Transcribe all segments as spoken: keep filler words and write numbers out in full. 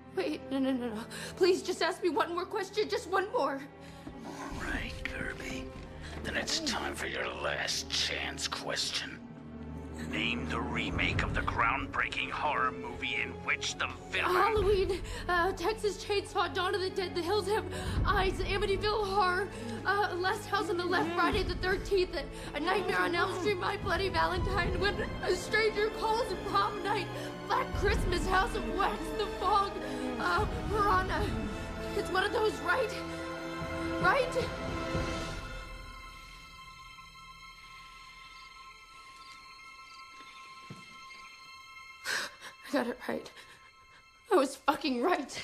Wait, no, no, no, no. Please just ask me one more question, just one more. All right, Kirby. Then it's time for your last chance question. Name the remake of the groundbreaking horror movie in which the villain... Halloween, uh, Texas Chainsaw, Dawn of the Dead, The Hills Have Eyes, Amityville Horror, uh, Last House on the Left, Friday the thirteenth, A Nightmare on Elm Street, My Bloody Valentine, When a Stranger Calls, Prom Night, Black Christmas, House of Wax, The Fog, uh, Piranha. It's one of those, right? Right? I got it right. I was fucking right.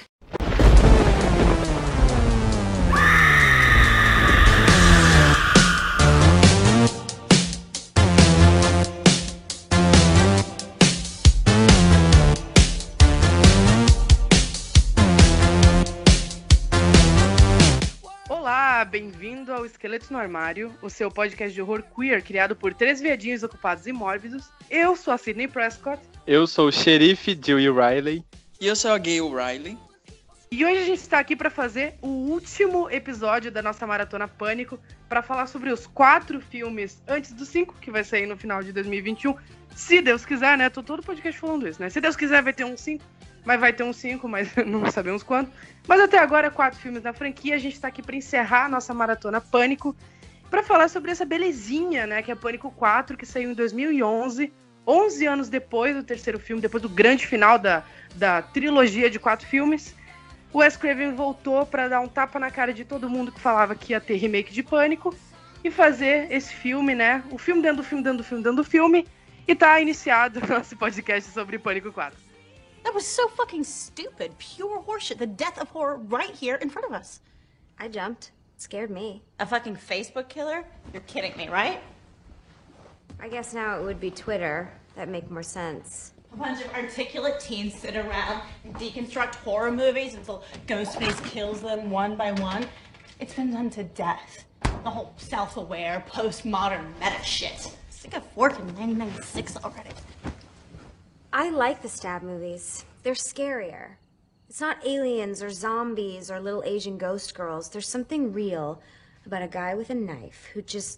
Olá, bem-vindo ao Esqueletos no Armário, o seu podcast de horror queer criado por três viadinhos ocupados e mórbidos. Eu sou a Sydney Prescott. Eu sou o xerife Dewey Riley. E eu sou a Gayle Riley. E hoje a gente está aqui para fazer o último episódio da nossa Maratona Pânico, para falar sobre os quatro filmes antes dos cinco, que vai sair no final de dois mil e vinte e um. Se Deus quiser, né? Tô todo podcast falando isso, né? Se Deus quiser vai ter um cinco, mas vai ter um cinco, mas não sabemos quando. Mas até agora, quatro filmes na franquia. A gente tá aqui para encerrar a nossa Maratona Pânico, para falar sobre essa belezinha, né? Que é Pânico quatro, que saiu em dois mil e onze. onze anos depois do terceiro filme, depois do grande final da, da trilogia de quatro filmes, o Wes Craven voltou para dar um tapa na cara de todo mundo que falava que ia ter remake de Pânico e fazer esse filme, né? O filme dentro do filme, dentro do filme, dentro do filme. E tá iniciado o nosso podcast sobre Pânico quatro. That was so fucking stupid. Pure horseshit. The death of horror right here in front of us. I jumped. It scared me. A fucking Facebook killer? You're kidding me, right? I guess now it would be Twitter. That'd make more sense. A bunch of articulate teens sit around and deconstruct horror movies until Ghostface kills them one by one. It's been done to death. The whole self-aware, postmodern meta shit. Stick a fork in nineteen ninety-six already. I like the stab movies. They're scarier. It's not aliens or zombies or little Asian ghost girls. There's something real about a guy with a knife who just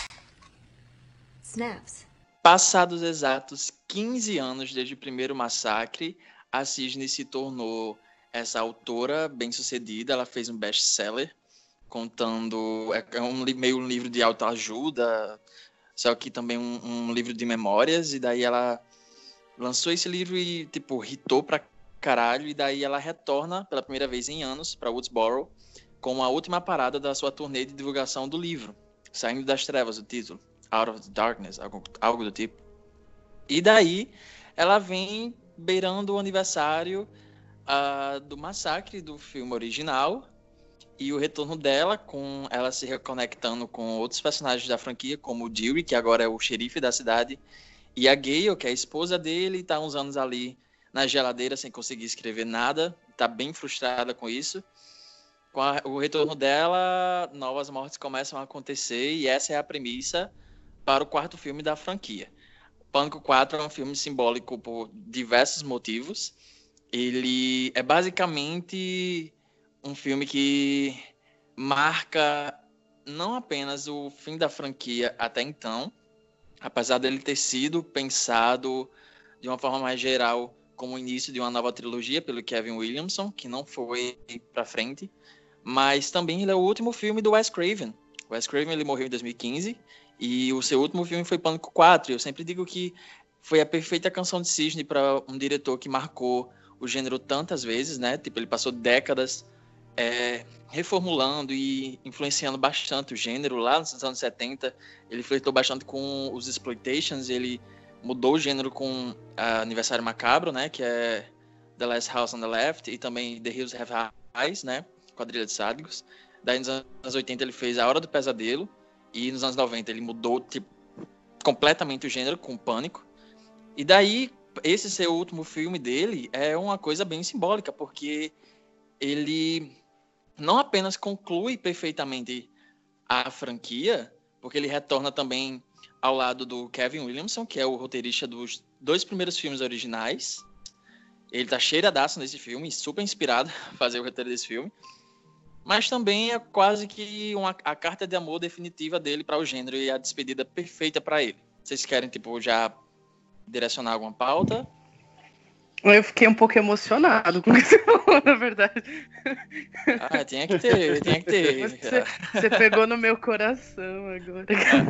snaps. Passados exatos quinze anos desde o primeiro massacre, a Sidney se tornou essa autora bem-sucedida. Ela fez um best-seller, contando... É um, meio um livro de autoajuda, só que também um, um livro de memórias. E daí ela lançou esse livro e, tipo, hitou pra caralho. E daí ela retorna, pela primeira vez em anos, pra Woodsboro, com a última parada da sua turnê de divulgação do livro. Saindo das Trevas, o título. Out of the Darkness, algo, algo do tipo. E daí, ela vem beirando o aniversário uh, do massacre do filme original e o retorno dela, com ela se reconectando com outros personagens da franquia, como o Dewey, que agora é o xerife da cidade, e a Gayle, que é a esposa dele, tá uns anos ali na geladeira sem conseguir escrever nada, tá bem frustrada com isso. Com a, o retorno dela, novas mortes começam a acontecer, e essa é a premissa para o quarto filme da franquia. Pânico quatro é um filme simbólico por diversos motivos. Ele é basicamente um filme que marca não apenas o fim da franquia até então, apesar dele ter sido pensado de uma forma mais geral como o início de uma nova trilogia pelo Kevin Williamson, que não foi para frente, mas também ele é o último filme do Wes Craven. O Wes Craven ele morreu em dois mil e quinze, e o seu último filme foi Pânico quatro. Eu sempre digo que foi a perfeita canção de Sidney para um diretor que marcou o gênero tantas vezes, né? Tipo, ele passou décadas é, reformulando e influenciando bastante o gênero. Lá nos anos setenta, ele flertou bastante com os exploitations, ele mudou o gênero com a Aniversário Macabro, né? Que é The Last House on the Left, e também The Hills Have Eyes, né? Quadrilha de Sádicos. Daí nos anos oitenta ele fez A Hora do Pesadelo, e nos anos noventa ele mudou tipo, completamente o gênero com Pânico. E daí, esse ser o último filme dele é uma coisa bem simbólica, porque ele não apenas conclui perfeitamente a franquia, porque ele retorna também ao lado do Kevin Williamson, que é o roteirista dos dois primeiros filmes originais, Ele tá cheiradaço nesse filme, super inspirado a fazer o roteiro desse filme. Mas também é quase que uma, a carta de amor definitiva dele para o gênero e a despedida perfeita para ele. Vocês querem, tipo, já direcionar alguma pauta? Eu fiquei um pouco emocionado com o que você falou, na verdade. Ah, tinha que ter, tinha que ter. Você, você pegou no meu coração agora.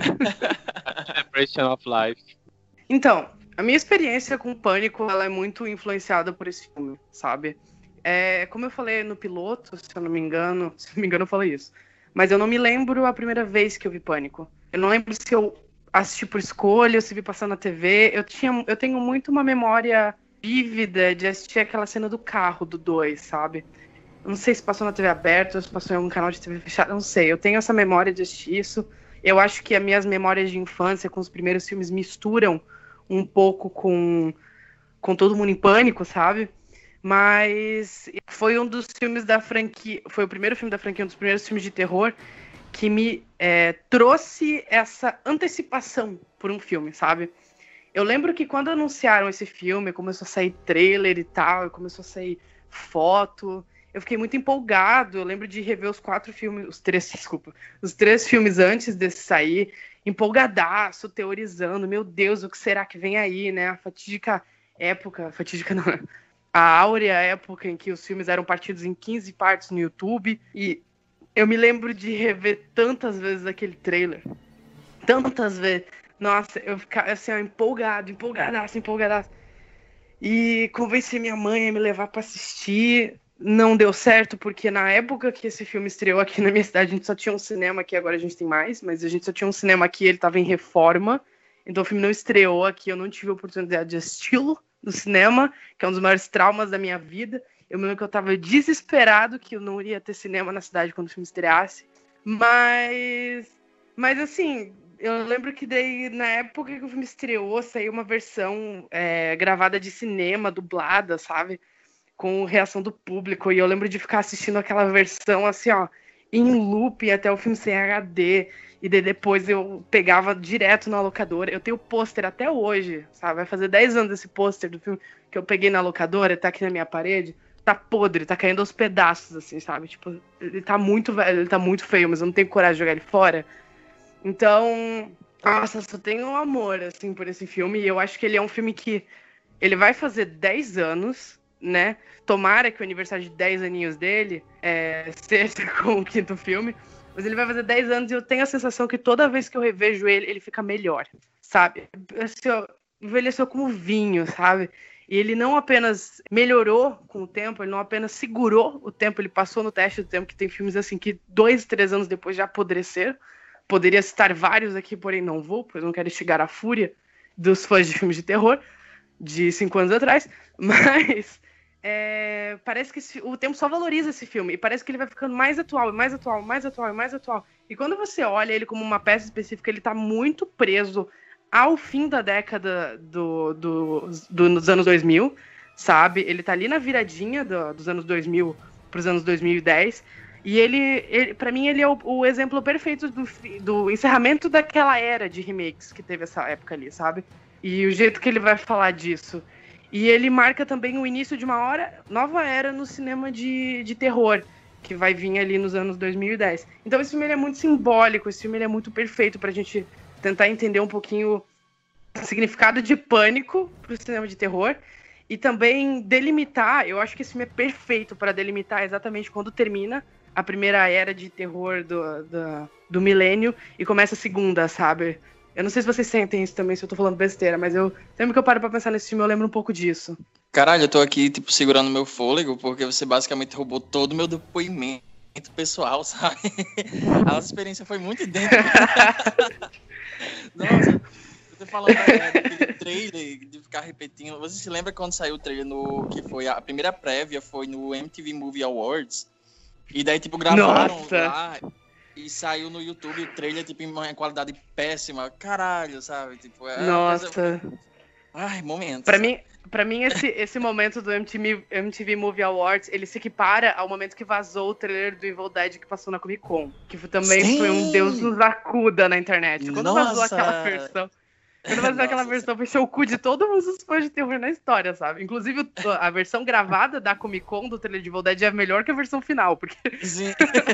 Celebration of Life. Então, a minha experiência com Pânico, ela é muito influenciada por esse filme, sabe? É, como eu falei no piloto, se eu não me engano, se eu não me engano eu falei isso, mas eu não me lembro a primeira vez que eu vi Pânico. Eu não lembro se eu assisti por escolha, ou se vi passar na T V. Eu, tinha, eu tenho muito uma memória vívida de assistir aquela cena do carro do dois, sabe? Eu não sei se passou na T V aberta ou se passou em algum canal de T V fechado, não sei. Eu tenho essa memória de assistir isso. Eu acho que as minhas memórias de infância com os primeiros filmes misturam um pouco com, com Todo Mundo em Pânico, sabe? Mas foi um dos filmes da franquia, foi o primeiro filme da franquia, um dos primeiros filmes de terror que me é, trouxe essa antecipação por um filme, sabe? Eu lembro que quando anunciaram esse filme, começou a sair trailer e tal, começou a sair foto, eu fiquei muito empolgado. Eu lembro de rever os quatro filmes, os três, desculpa, os três filmes antes desse sair, empolgadaço, teorizando, meu Deus, o que será que vem aí, né? A fatídica época, fatídica não, a áurea época em que os filmes eram partidos em quinze partes no YouTube, e eu me lembro de rever tantas vezes aquele trailer, tantas vezes. Nossa, eu ficava assim, ó, empolgado, empolgadaço, empolgadaço. E convenci minha mãe a me levar pra assistir. Não deu certo, porque na época que esse filme estreou aqui na minha cidade, a gente só tinha um cinema aqui, agora a gente tem mais, mas a gente só tinha um cinema aqui, ele tava em reforma. Então o filme não estreou aqui, eu não tive a oportunidade de assisti-lo no cinema, que é um dos maiores traumas da minha vida. Eu me lembro que eu tava desesperado que eu não iria ter cinema na cidade quando o filme estreasse. Mas, mas assim, eu lembro que daí, na época que o filme estreou, saiu uma versão é, gravada de cinema, dublada, sabe? Com reação do público. E eu lembro de ficar assistindo aquela versão, assim, ó, em loop até o filme sem H D. E daí depois eu pegava direto na locadora. Eu tenho o pôster até hoje, sabe? Vai fazer dez anos esse pôster do filme que eu peguei na locadora, tá aqui na minha parede. Tá podre, tá caindo aos pedaços, assim, sabe? Tipo, ele tá muito velho, ele tá muito feio, mas eu não tenho coragem de jogar ele fora. Então, nossa, só tenho um amor, assim, por esse filme. E eu acho que ele é um filme que ele vai fazer dez anos, né? Tomara que o aniversário de dez aninhos dele é, seja com o quinto filme. Mas ele vai fazer dez anos e eu tenho a sensação que toda vez que eu revejo ele, ele fica melhor, sabe? Assim, ó, envelheceu como vinho, sabe? E ele não apenas melhorou com o tempo, ele não apenas segurou o tempo, ele passou no teste do tempo, que tem filmes assim que dois, três anos depois já apodreceram. Poderia citar vários aqui, porém não vou, pois não quero instigar a fúria dos fãs de filmes de terror de cinco anos atrás. Mas é, parece que esse, o tempo só valoriza esse filme. E parece que ele vai ficando mais atual, mais atual, mais atual, mais atual. E quando você olha ele como uma peça específica, ele tá muito preso ao fim da década do, do, do, dos anos dois mil, sabe? Ele tá ali na viradinha do, dos anos dois mil pros anos dois mil e dez. E ele, ele para mim, ele é o, o exemplo perfeito do, do encerramento daquela era de remakes que teve essa época ali, sabe? E o jeito que ele vai falar disso. E ele marca também o início de uma hora, nova era no cinema de, de terror, que vai vir ali nos anos dois mil e dez. Então esse filme ele é muito simbólico, esse filme ele é muito perfeito pra gente tentar entender um pouquinho o significado de Pânico pro cinema de terror. E também delimitar, eu acho que esse filme é perfeito para delimitar exatamente quando termina a primeira era de terror do, do, do milênio e começa a segunda, sabe? Eu não sei se vocês sentem isso também, se eu tô falando besteira, mas eu sempre que eu paro pra pensar nesse filme, eu lembro um pouco disso. Caralho, eu tô aqui, tipo, segurando meu fôlego, porque você basicamente roubou todo o meu depoimento pessoal, sabe? A nossa experiência foi muito idêntica. Nossa, você falando é, daquele trailer, de ficar repetindo. Você se lembra quando saiu o trailer no... que foi a primeira prévia, foi no M T V Movie Awards? E daí, tipo, gravaram Nossa. lá e saiu no YouTube o trailer, tipo, em uma qualidade péssima. Caralho, sabe? Tipo, é Nossa. Coisa... Ai, momentos. Pra mim, pra mim esse, esse momento do M T V, M T V Movie Awards, ele se equipara ao momento que vazou o trailer do Evil Dead que passou na Comic Con. Que também Sim. foi um Deus nos acuda na internet. Quando Nossa. vazou aquela versão... Quando fazer aquela versão, fechou o cu de todos os fãs de terror na história, sabe? Inclusive, a versão gravada da Comic Con do trailer de Evil Dead é melhor que a versão final, porque... Sim.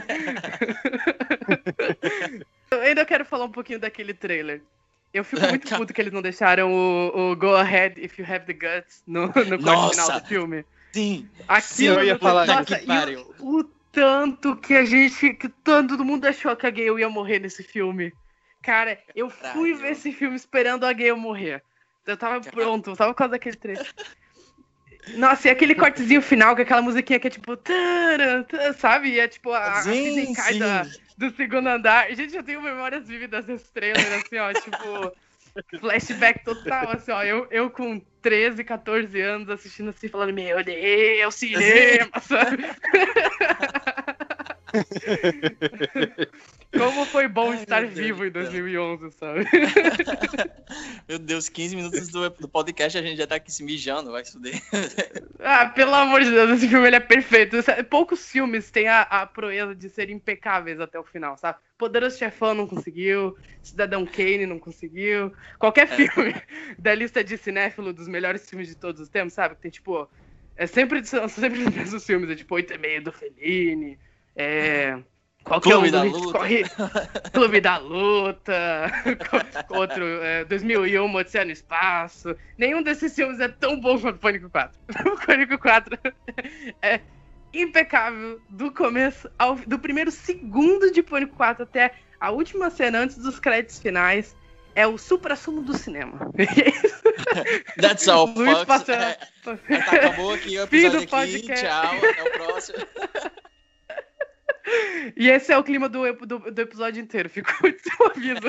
Eu ainda quero falar um pouquinho daquele trailer. Eu fico muito puto que eles não deixaram o, o Go Ahead If You Have the Guts no, no corte final do filme. Sim. Aquilo, Sim, eu ia falar. Nossa, e o, o tanto que a gente, que todo mundo achou que a Gale ia morrer nesse filme. Cara, eu fui Caralho. ver esse filme esperando a Gale morrer. Eu tava pronto, eu tava por causa daquele trecho. Nossa, e aquele cortezinho final, com aquela musiquinha que é tipo... Tara, tara, sabe? E é tipo a, Sim, a cai sim. da, do segundo andar. Gente, eu tenho memórias vívidas desse trailer, assim, ó, tipo... Flashback total, assim, ó. Eu, eu com treze, catorze anos assistindo assim, falando, meu Deus, cinema, sabe? Como foi bom Ai, estar meu Deus vivo em do céu. dois mil e onze, sabe? Meu Deus, quinze minutos do, do podcast a gente já tá aqui se mijando, vai se fuder. Ah, pelo amor de Deus, esse filme ele é perfeito. Poucos filmes têm a, a proeza de serem impecáveis até o final, sabe? Poderoso Chefão não conseguiu, Cidadão Kane não conseguiu. Qualquer É. filme da lista de cinéfilo dos melhores filmes de todos os tempos, sabe? Que tem tipo. É sempre, são sempre os mesmos filmes, é tipo oito e meio do Fellini, é. Qualquer Clube um da do Luta. Hitchcock, Clube da Luta, outro, é, dois mil e um, Odisseia no Espaço. Nenhum desses filmes é tão bom quanto Pânico quatro. O Pânico quatro é impecável do começo, ao, do primeiro segundo de Pânico quatro até a última cena antes dos créditos finais. É o supra-sumo do cinema. That's all, Luiz folks. passando- É, tá, acabou aqui o Fim episódio do aqui. podcast. Tchau, até o próximo. E esse é o clima do, do, do episódio inteiro. Ficou muito seu aviso.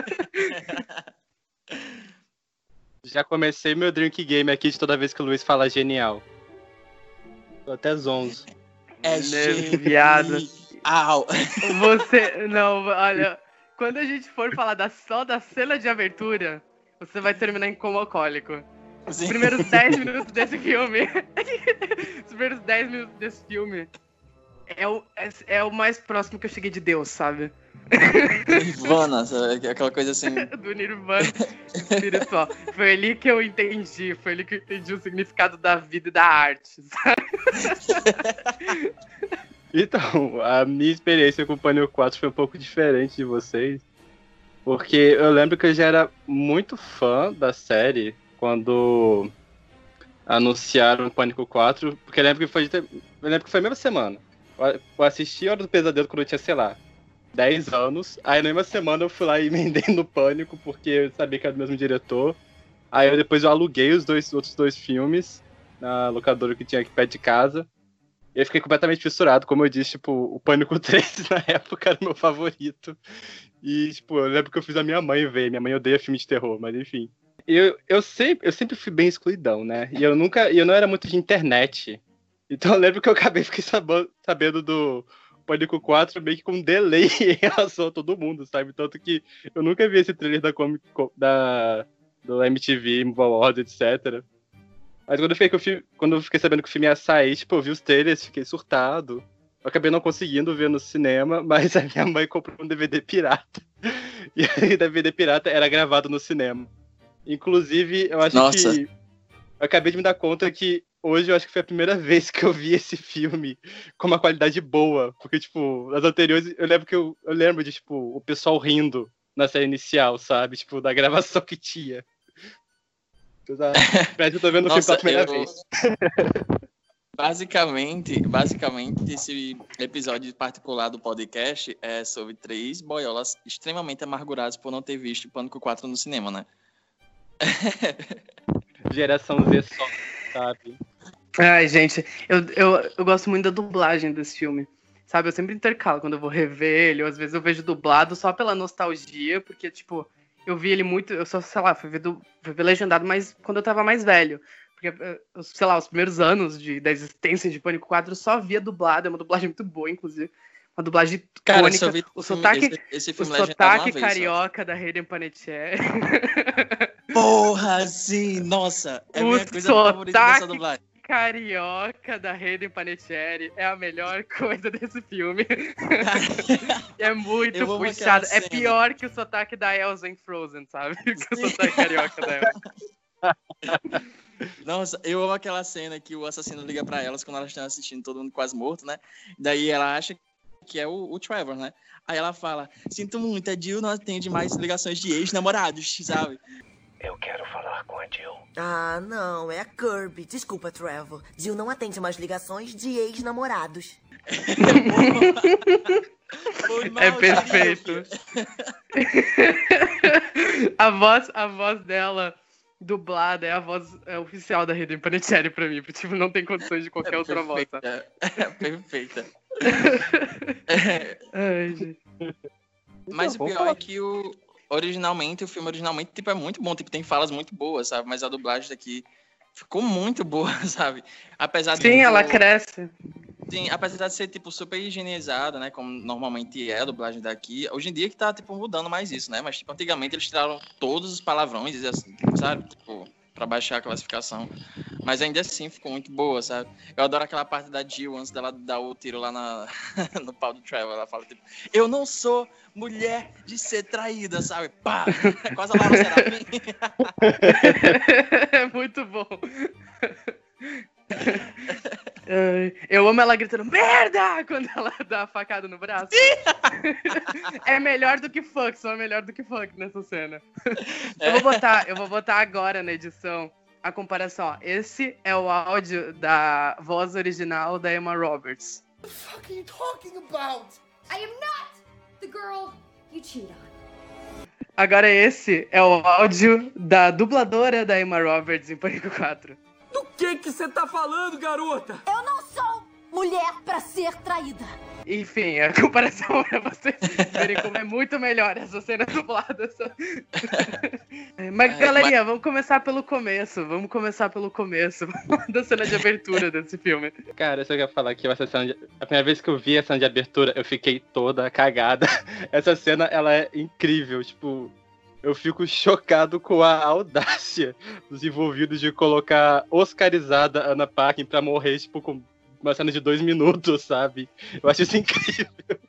Já comecei meu drink game aqui de toda vez que o Luiz fala genial. Tô até zonzo. É Né, viado. Au. Você. Não, olha. Quando a gente for falar da, só da cena de abertura, você vai terminar em coma alcoólico. Os Sim. primeiros dez minutos desse filme. Os primeiros dez minutos desse filme. É o, é, é o mais próximo que eu cheguei de Deus, sabe? Nirvana, sabe? Aquela coisa assim. Do Nirvana espiritual. Foi ali que eu entendi. Foi ali que eu entendi o significado da vida e da arte, sabe? Então, a minha experiência com o Pânico quatro foi um pouco diferente de vocês. Porque eu lembro que eu já era muito fã da série quando anunciaram o Pânico quatro. Porque eu lembro que foi, eu lembro que foi a mesma semana. Eu assisti a Hora do Pesadelo quando eu tinha, sei lá, dez anos. Aí na mesma semana eu fui lá e emendei no Pânico, porque eu sabia que era do mesmo diretor. Aí eu, depois eu aluguei os dois, outros dois filmes na locadora que tinha aqui perto de casa. E eu fiquei completamente fissurado. Como eu disse, tipo, o Pânico três na época era o meu favorito. E, tipo, eu lembro que eu fiz a minha mãe ver. Minha mãe odeia filme de terror, mas enfim. Eu, eu, sempre, eu sempre fui bem excluidão, né? E eu nunca. Eu não era muito de internet. Então eu lembro que eu acabei fiquei sabendo, sabendo do Pânico quatro meio que com um delay em relação a todo mundo, sabe? Tanto que eu nunca vi esse trailer da Comic da, do M T V, Movie Awards, etcétera. Mas quando eu, fiquei, que o filme, quando eu fiquei sabendo que o filme ia sair, tipo, eu vi os trailers, fiquei surtado. Eu acabei não conseguindo ver no cinema, mas a minha mãe comprou um D V D pirata. E o D V D pirata era gravado no cinema. Inclusive, eu acho Nossa. que... Eu acabei de me dar conta que hoje eu acho que foi a primeira vez que eu vi esse filme com uma qualidade boa. Porque, tipo, nas anteriores, eu lembro que eu, eu lembro de, tipo, o pessoal rindo na série inicial, sabe? Tipo, da gravação que tinha. Parece que eu tô vendo o filme pela primeira eu- vez. Basicamente, basicamente, esse episódio particular do podcast é sobre três boiolas extremamente amarguradas por não ter visto Pânico quatro no cinema, né? Geração Z só, sabe? Ai, gente, eu, eu, eu gosto muito da dublagem desse filme. Sabe, eu sempre intercalo quando eu vou rever ele, ou às vezes eu vejo dublado só pela nostalgia, porque, tipo, eu vi ele muito, eu só, sei lá, fui ver, du, fui ver legendado, mas quando eu tava mais velho. Porque, eu, sei lá, os primeiros anos de, da existência de Pânico quatro eu só via dublado, é uma dublagem muito boa, inclusive. Uma dublagem Cara, eu icônica. só vi O filme- sotaque, esse, esse o filme legendado sotaque uma vez, só. carioca da Hayden Panettiere. Porra, sim, nossa. É a O minha coisa favorita dessa sotaque dublagem. carioca da Hayden Panettiere é a melhor coisa desse filme. É muito Eu amo puxado. aquela É cena. pior que o sotaque da Elsa em Frozen, sabe? Que o sotaque carioca da Elsa. Nossa, eu amo aquela cena que o assassino liga pra elas quando elas estão assistindo, todo mundo quase morto, né? Daí ela acha que é o, o Trevor, né? Aí ela fala, sinto muito, a Jill não atende mais ligações de ex-namorados, sabe? Eu quero falar com a Jill. Ah, não, é a Kirby. Desculpa, Trevor. Jill não atende mais ligações de ex-namorados. Foi mal, É perfeito. a, voz, a voz dela dublada é a voz é, oficial da Hayden Panettiere pra mim. Tipo, não tem condições de qualquer É outra voz. Tá? perfeita. É perfeita. Ai, gente. Mas Então, o vamos pior falar. é que o, originalmente, o filme originalmente tipo, é muito bom, tipo, tem falas muito boas, sabe? Mas a dublagem daqui ficou muito boa, sabe? Apesar Sim, do, ela cresce. Sim, apesar de ser, tipo, super higienizada, né? Como normalmente é a dublagem daqui. Hoje em dia que tá, tipo, mudando mais isso, né? Mas, tipo, antigamente eles tiraram todos os palavrões, assim, sabe? Tipo, pra baixar a classificação. Mas ainda assim ficou muito boa, sabe? Eu adoro aquela parte da Jill antes dela dar o tiro lá na, no pau do Trevor. Ela fala, tipo, eu não sou mulher de ser traída, sabe? Pá! Quase a Laura Serafim. É muito bom. Ai, eu amo ela gritando merda quando ela dá a facada no braço. É melhor do que fuck, só é melhor do que fuck nessa cena. Eu vou botar, eu vou botar agora na edição a comparação. Ó. Esse é o áudio da voz original da Emma Roberts. What the fuck are you talking about? I am not the girl you cheat on. Agora esse é o áudio da dubladora da Emma Roberts em Pânico quatro. Do que que você tá falando, garota? Eu não sou mulher pra ser traída. Enfim, a comparação é vocês verem como é muito melhor essa cena dublada. Mas, É, galerinha, vamos começar pelo começo. Vamos começar pelo começo da cena de abertura desse filme. Cara, isso que eu ia falar aqui, essa cena de... a primeira vez que eu vi a cena de abertura, eu fiquei toda cagada. Essa cena, ela é incrível, tipo... Eu fico chocado com a audácia dos envolvidos de colocar oscarizada Anna Paquin pra morrer, tipo, com uma cena de dois minutos, sabe? Eu acho isso incrível.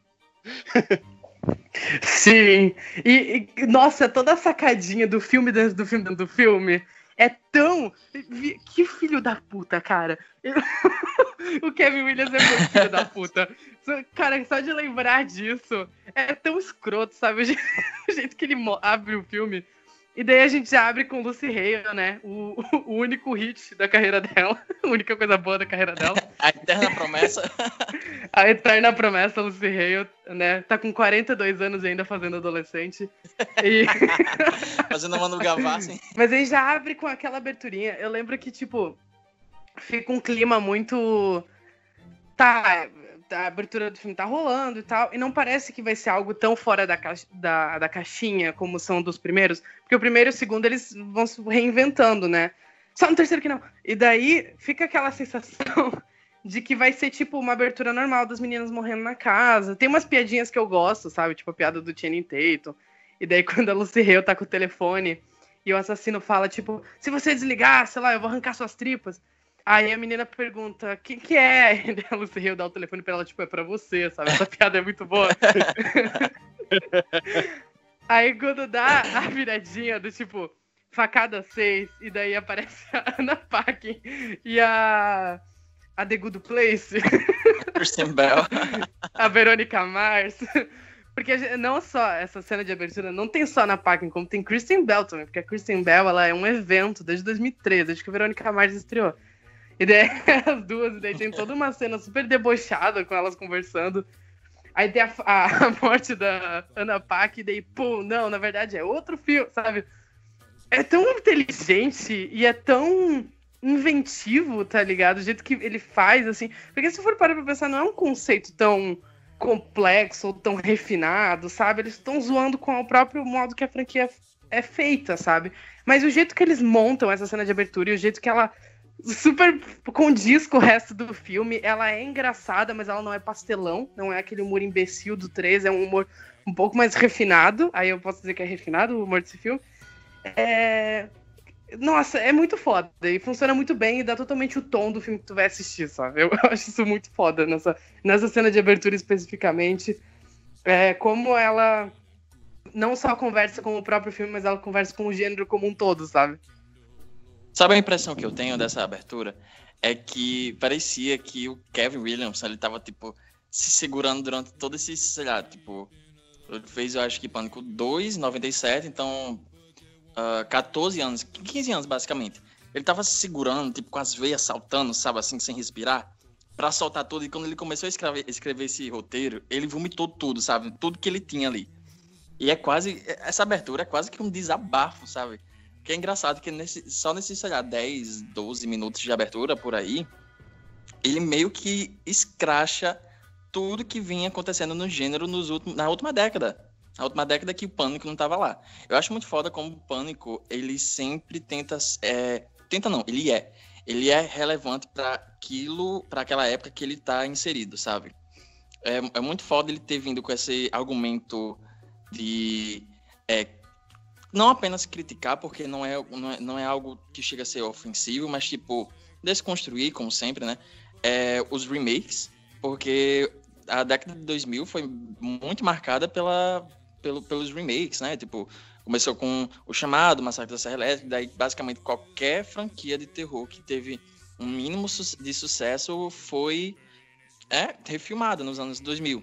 Sim. E, e, nossa, toda a sacadinha do filme dentro do filme dentro do filme é tão... Que filho da puta, cara. O Kevin Williams é muito filho da puta. Cara, só de lembrar disso é tão escroto, sabe? O jeito, o jeito que ele abre o filme. E daí a gente já abre com Lucy Hale, né? O, o único hit da carreira dela. A única coisa boa da carreira dela. A eterna promessa. A eterna promessa, Lucy Hale, né? Tá com quarenta e dois anos e ainda fazendo adolescente. E... Fazendo Manu Gavassi. Mas aí já abre com aquela aberturinha. Eu lembro que, tipo, fica um clima muito... Tá... A abertura do filme tá rolando e tal, e não parece que vai ser algo tão fora da, ca... da, da caixinha como são dos primeiros, porque o primeiro e o segundo eles vão se reinventando, né? Só no terceiro que não. E daí fica aquela sensação de que vai ser tipo uma abertura normal das meninas morrendo na casa. Tem umas piadinhas que eu gosto, sabe? Tipo a piada do Channing Tatum. E daí quando a Lucy Hale tá com o telefone e o assassino fala, tipo, se você desligar, sei lá, eu vou arrancar suas tripas. Aí a menina pergunta, quem que é? E a Lucy Hale dá o telefone pra ela, tipo, é pra você, sabe? Essa piada é muito boa. Aí quando dá a viradinha do tipo, facada seis, e daí aparece a Anna Paquin e a... a The Good Place. Kristen Bell. A Verônica Mars. Porque não só essa cena de abertura, não tem só Anna Paquin, como tem Kristen Bell também. Porque a Kristen Bell, ela é um evento desde dois mil e treze, desde que a Verônica Mars estreou. E daí as duas, e daí tem toda uma cena super debochada com elas conversando. Aí tem a, a, a morte da Anna Paquin, e daí, pum, não, na verdade é outro filme, sabe? É tão inteligente e é tão inventivo, tá ligado? O jeito que ele faz, assim. Porque se for parar pra pensar, não é um conceito tão complexo ou tão refinado, sabe? Eles estão zoando com o próprio modo que a franquia é feita, sabe? Mas o jeito que eles montam essa cena de abertura e o jeito que ela super condiz com o resto do filme, ela é engraçada, mas ela não é pastelão, não é aquele humor imbecil do três, é um humor um pouco mais refinado, aí eu posso dizer que é refinado o humor desse filme. É... Nossa, é muito foda. E funciona muito bem e dá totalmente o tom do filme que tu vai assistir, sabe? Eu acho isso muito foda nessa, nessa cena de abertura especificamente. É, como ela não só conversa com o próprio filme, mas ela conversa com o gênero como um todo, sabe? Sabe a impressão que eu tenho dessa abertura? É que parecia que o Kevin Williamson, ele tava, tipo, se segurando durante todo esse, sei lá, tipo... Ele fez, eu acho que, Pânico dois, noventa e sete, então... Uh, catorze anos, quinze anos basicamente. Ele tava se segurando, tipo, com as veias saltando, sabe, assim, sem respirar, pra soltar tudo. E quando ele começou a escrever, escrever esse roteiro, ele vomitou tudo, sabe, tudo que ele tinha ali. E é quase, essa abertura é quase que um desabafo, sabe. Que é engraçado que nesse, só nesses, sei lá, dez, doze minutos de abertura por aí, ele meio que escracha tudo que vinha acontecendo no gênero nos últimos, na última década. A última década que o Pânico não estava lá. Eu acho muito foda como o Pânico, ele sempre tenta... É, tenta não, ele é. Ele é relevante para aquilo, para aquela época que ele está inserido, sabe? É, é muito foda ele ter vindo com esse argumento de... É, não apenas criticar, porque não é, não, é, não é algo que chega a ser ofensivo, mas, tipo, desconstruir, como sempre, né? É, os remakes, porque a década de dois mil foi muito marcada pela... Pelo, pelos remakes, né? Tipo, começou com O Chamado, Massacre da Serra Elétrica, daí basicamente qualquer franquia de terror que teve um mínimo de sucesso foi é, refilmada nos anos dois mil.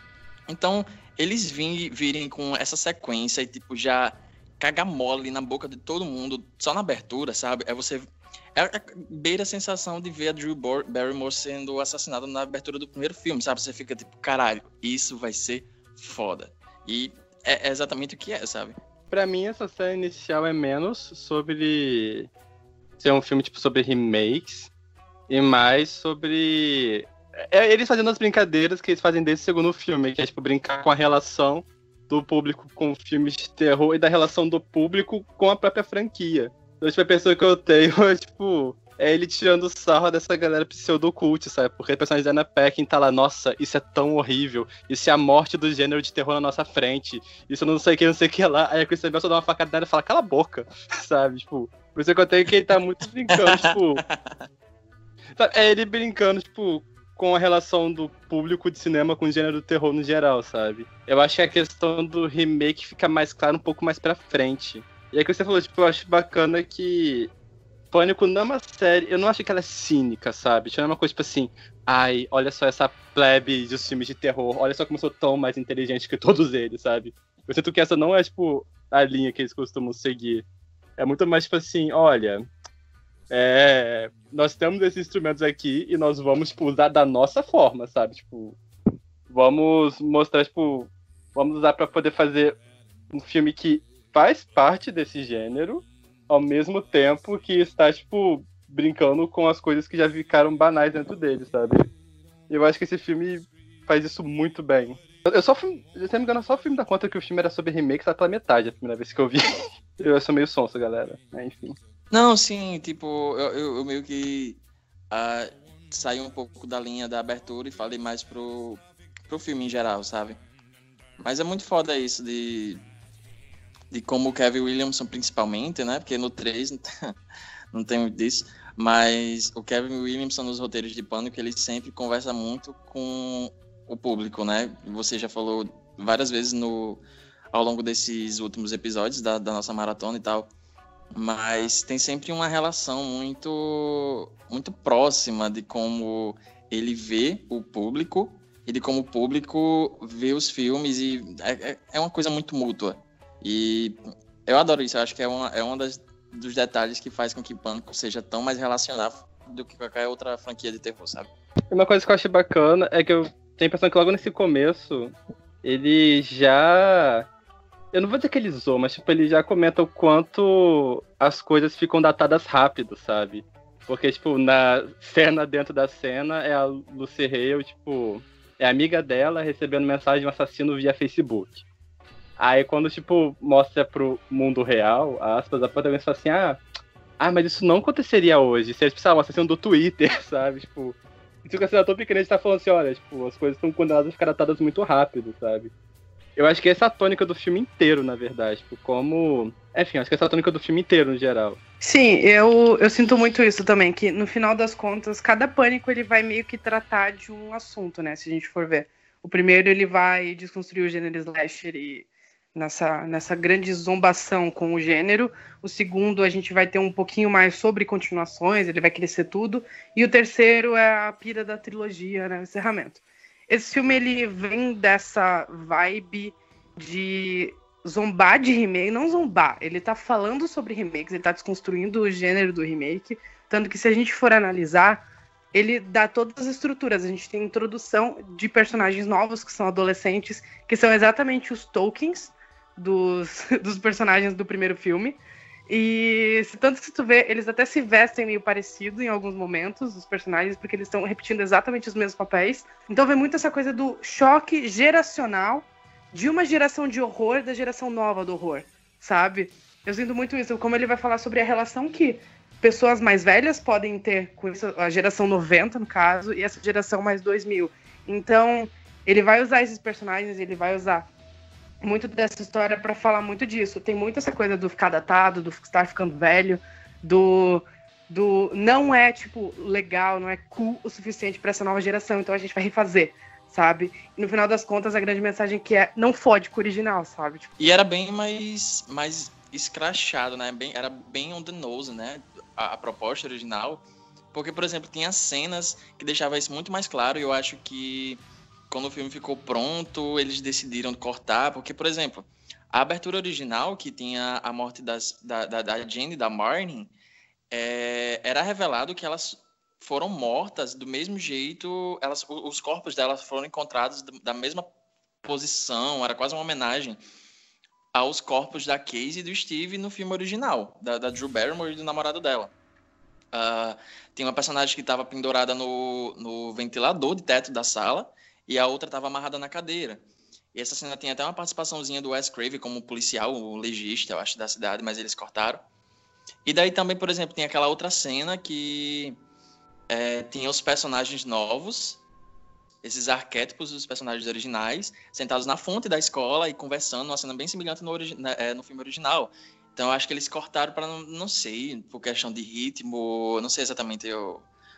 Então, eles vim, virem com essa sequência e, tipo, já cagar mole na boca de todo mundo, só na abertura, sabe? É você... É, é beira a sensação de ver a Drew Barrymore sendo assassinada na abertura do primeiro filme, sabe? Você fica tipo, caralho, isso vai ser foda. E é exatamente o que é, sabe? Pra mim, essa cena inicial é menos sobre ser um filme tipo sobre remakes e mais sobre é eles fazendo as brincadeiras que eles fazem desde o segundo filme, que é tipo brincar com a relação do público com filmes de terror e da relação do público com a própria franquia. Então, tipo, a pessoa que eu tenho é tipo... É ele tirando sarro dessa galera pseudo-cult, sabe? Porque a personagem da Anna Paquin tá lá, nossa, isso é tão horrível, isso é a morte do gênero de terror na nossa frente, isso não sei o que, não sei o que lá. Aí a Kristen Bell só dá uma facada nela e fala, cala a boca, sabe? Tipo, por isso que eu tenho que ele tá muito brincando, tipo... Sabe? É ele brincando, tipo, com a relação do público de cinema com o gênero do terror no geral, sabe? Eu acho que a questão do remake fica mais clara um pouco mais pra frente. E aí que você falou, tipo, eu acho bacana que... Pânico não é uma série, eu não acho que ela é cínica, sabe? Tipo, é uma coisa tipo assim, ai, olha só essa plebe dos filmes de terror, olha só como eu sou tão mais inteligente que todos eles, sabe? Eu sinto que essa não é, tipo, a linha que eles costumam seguir. É muito mais, tipo assim, olha, é, nós temos esses instrumentos aqui e nós vamos, tipo, usar da nossa forma, sabe? Tipo, vamos mostrar, tipo, vamos usar pra poder fazer um filme que faz parte desse gênero, ao mesmo tempo que está, tipo, brincando com as coisas que já ficaram banais dentro dele, sabe? Eu acho que esse filme faz isso muito bem. Eu só fui, se não me engano, só o filme da conta que o filme era sobre remake, só pela metade, a primeira vez que eu vi. Eu sou meio sonso, galera. É, enfim. Não, sim, tipo, eu, eu, eu meio que uh, saí um pouco da linha da abertura e falei mais pro, pro filme em geral, sabe? Mas é muito foda isso de... de como o Kevin Williamson, principalmente, né? Porque no três não tem, não tem muito disso. Mas o Kevin Williamson, nos roteiros de Pânico, ele sempre conversa muito com o público, né? Você já falou várias vezes no, ao longo desses últimos episódios da, da nossa maratona e tal. Mas tem sempre uma relação muito, muito próxima de como ele vê o público e de como o público vê os filmes. E é, é uma coisa muito mútua. E eu adoro isso, eu acho que é uma, é uma das, dos detalhes que faz com que Pânico seja tão mais relacionável do que qualquer outra franquia de terror, sabe? Uma coisa que eu achei bacana é que eu tenho a impressão que logo nesse começo, ele já... Eu não vou dizer que ele zoou, mas tipo, ele já comenta o quanto as coisas ficam datadas rápido, sabe? Porque, tipo, na cena dentro da cena é a Lucy Hale, tipo, é amiga dela recebendo mensagem de um assassino via Facebook. Aí quando, tipo, mostra pro mundo real, aspas, a protagonista fala assim, ah, ah, mas isso não aconteceria hoje. Se eles precisavam, um assassino do Twitter, sabe? Tipo, isso que a cena tão pequena, a gente tá falando assim, olha, tipo, as coisas estão condenadas a ficar datadas muito rápido, sabe? Eu acho que essa é a tônica do filme inteiro, na verdade. Tipo, como... Enfim, acho que essa é a tônica do filme inteiro, no geral. Sim, eu, eu sinto muito isso também, que no final das contas, cada pânico ele vai meio que tratar de um assunto, né, se a gente for ver. O primeiro ele vai desconstruir o gênero slasher e nessa, nessa grande zombação com o gênero. O segundo a gente vai ter um pouquinho mais sobre continuações, ele vai crescer tudo. E o terceiro é a pira da trilogia, né, o encerramento. Esse filme ele vem dessa vibe de zombar de remake, não zombar, ele tá falando sobre remakes, ele tá desconstruindo o gênero do remake, tanto que se a gente for analisar, ele dá todas as estruturas, a gente tem introdução de personagens novos, que são adolescentes, que são exatamente os tokens dos, dos personagens do primeiro filme, e tanto que se tu vê, eles até se vestem meio parecido em alguns momentos, os personagens, porque eles estão repetindo exatamente os mesmos papéis, então vem muito essa coisa do choque geracional de uma geração de horror da geração nova do horror, sabe? Eu sinto muito isso, como ele vai falar sobre a relação que pessoas mais velhas podem ter com isso, a geração noventa, no caso, e essa geração mais dois mil. Então, ele vai usar esses personagens, ele vai usar muito dessa história para falar muito disso. Tem muito essa coisa do ficar datado, do estar ficando velho, do... do não é, tipo, legal, não é cool o suficiente para essa nova geração, então a gente vai refazer, sabe? E no final das contas, a grande mensagem que é, não fode com o original, sabe? Tipo... E era bem mais, mais escrachado, né? Bem, era bem on the nose, né? A, a proposta original. Porque, por exemplo, tinha cenas que deixavam isso muito mais claro, e eu acho que quando o filme ficou pronto, eles decidiram cortar, porque, por exemplo, a abertura original, que tinha a morte das, da, da, da Jenny e da Marnie, é, era revelado que elas foram mortas do mesmo jeito, elas, os corpos delas foram encontrados da mesma posição, era quase uma homenagem aos corpos da Casey e do Steve no filme original, da, da Drew Barrymore e do namorado dela. Uh, tem uma personagem que estava pendurada no, no ventilador de teto da sala e a outra estava amarrada na cadeira. E essa cena tem até uma participaçãozinha do Wes Craven como policial, o legista, eu acho, da cidade, mas eles cortaram. E daí também, por exemplo, tem aquela outra cena que É, tinha os personagens novos, esses arquétipos dos personagens originais, sentados na fonte da escola e conversando, uma cena bem semelhante no, origi- é, no filme original. Então eu acho que eles cortaram para, não, não sei, por questão de ritmo, não sei exatamente o,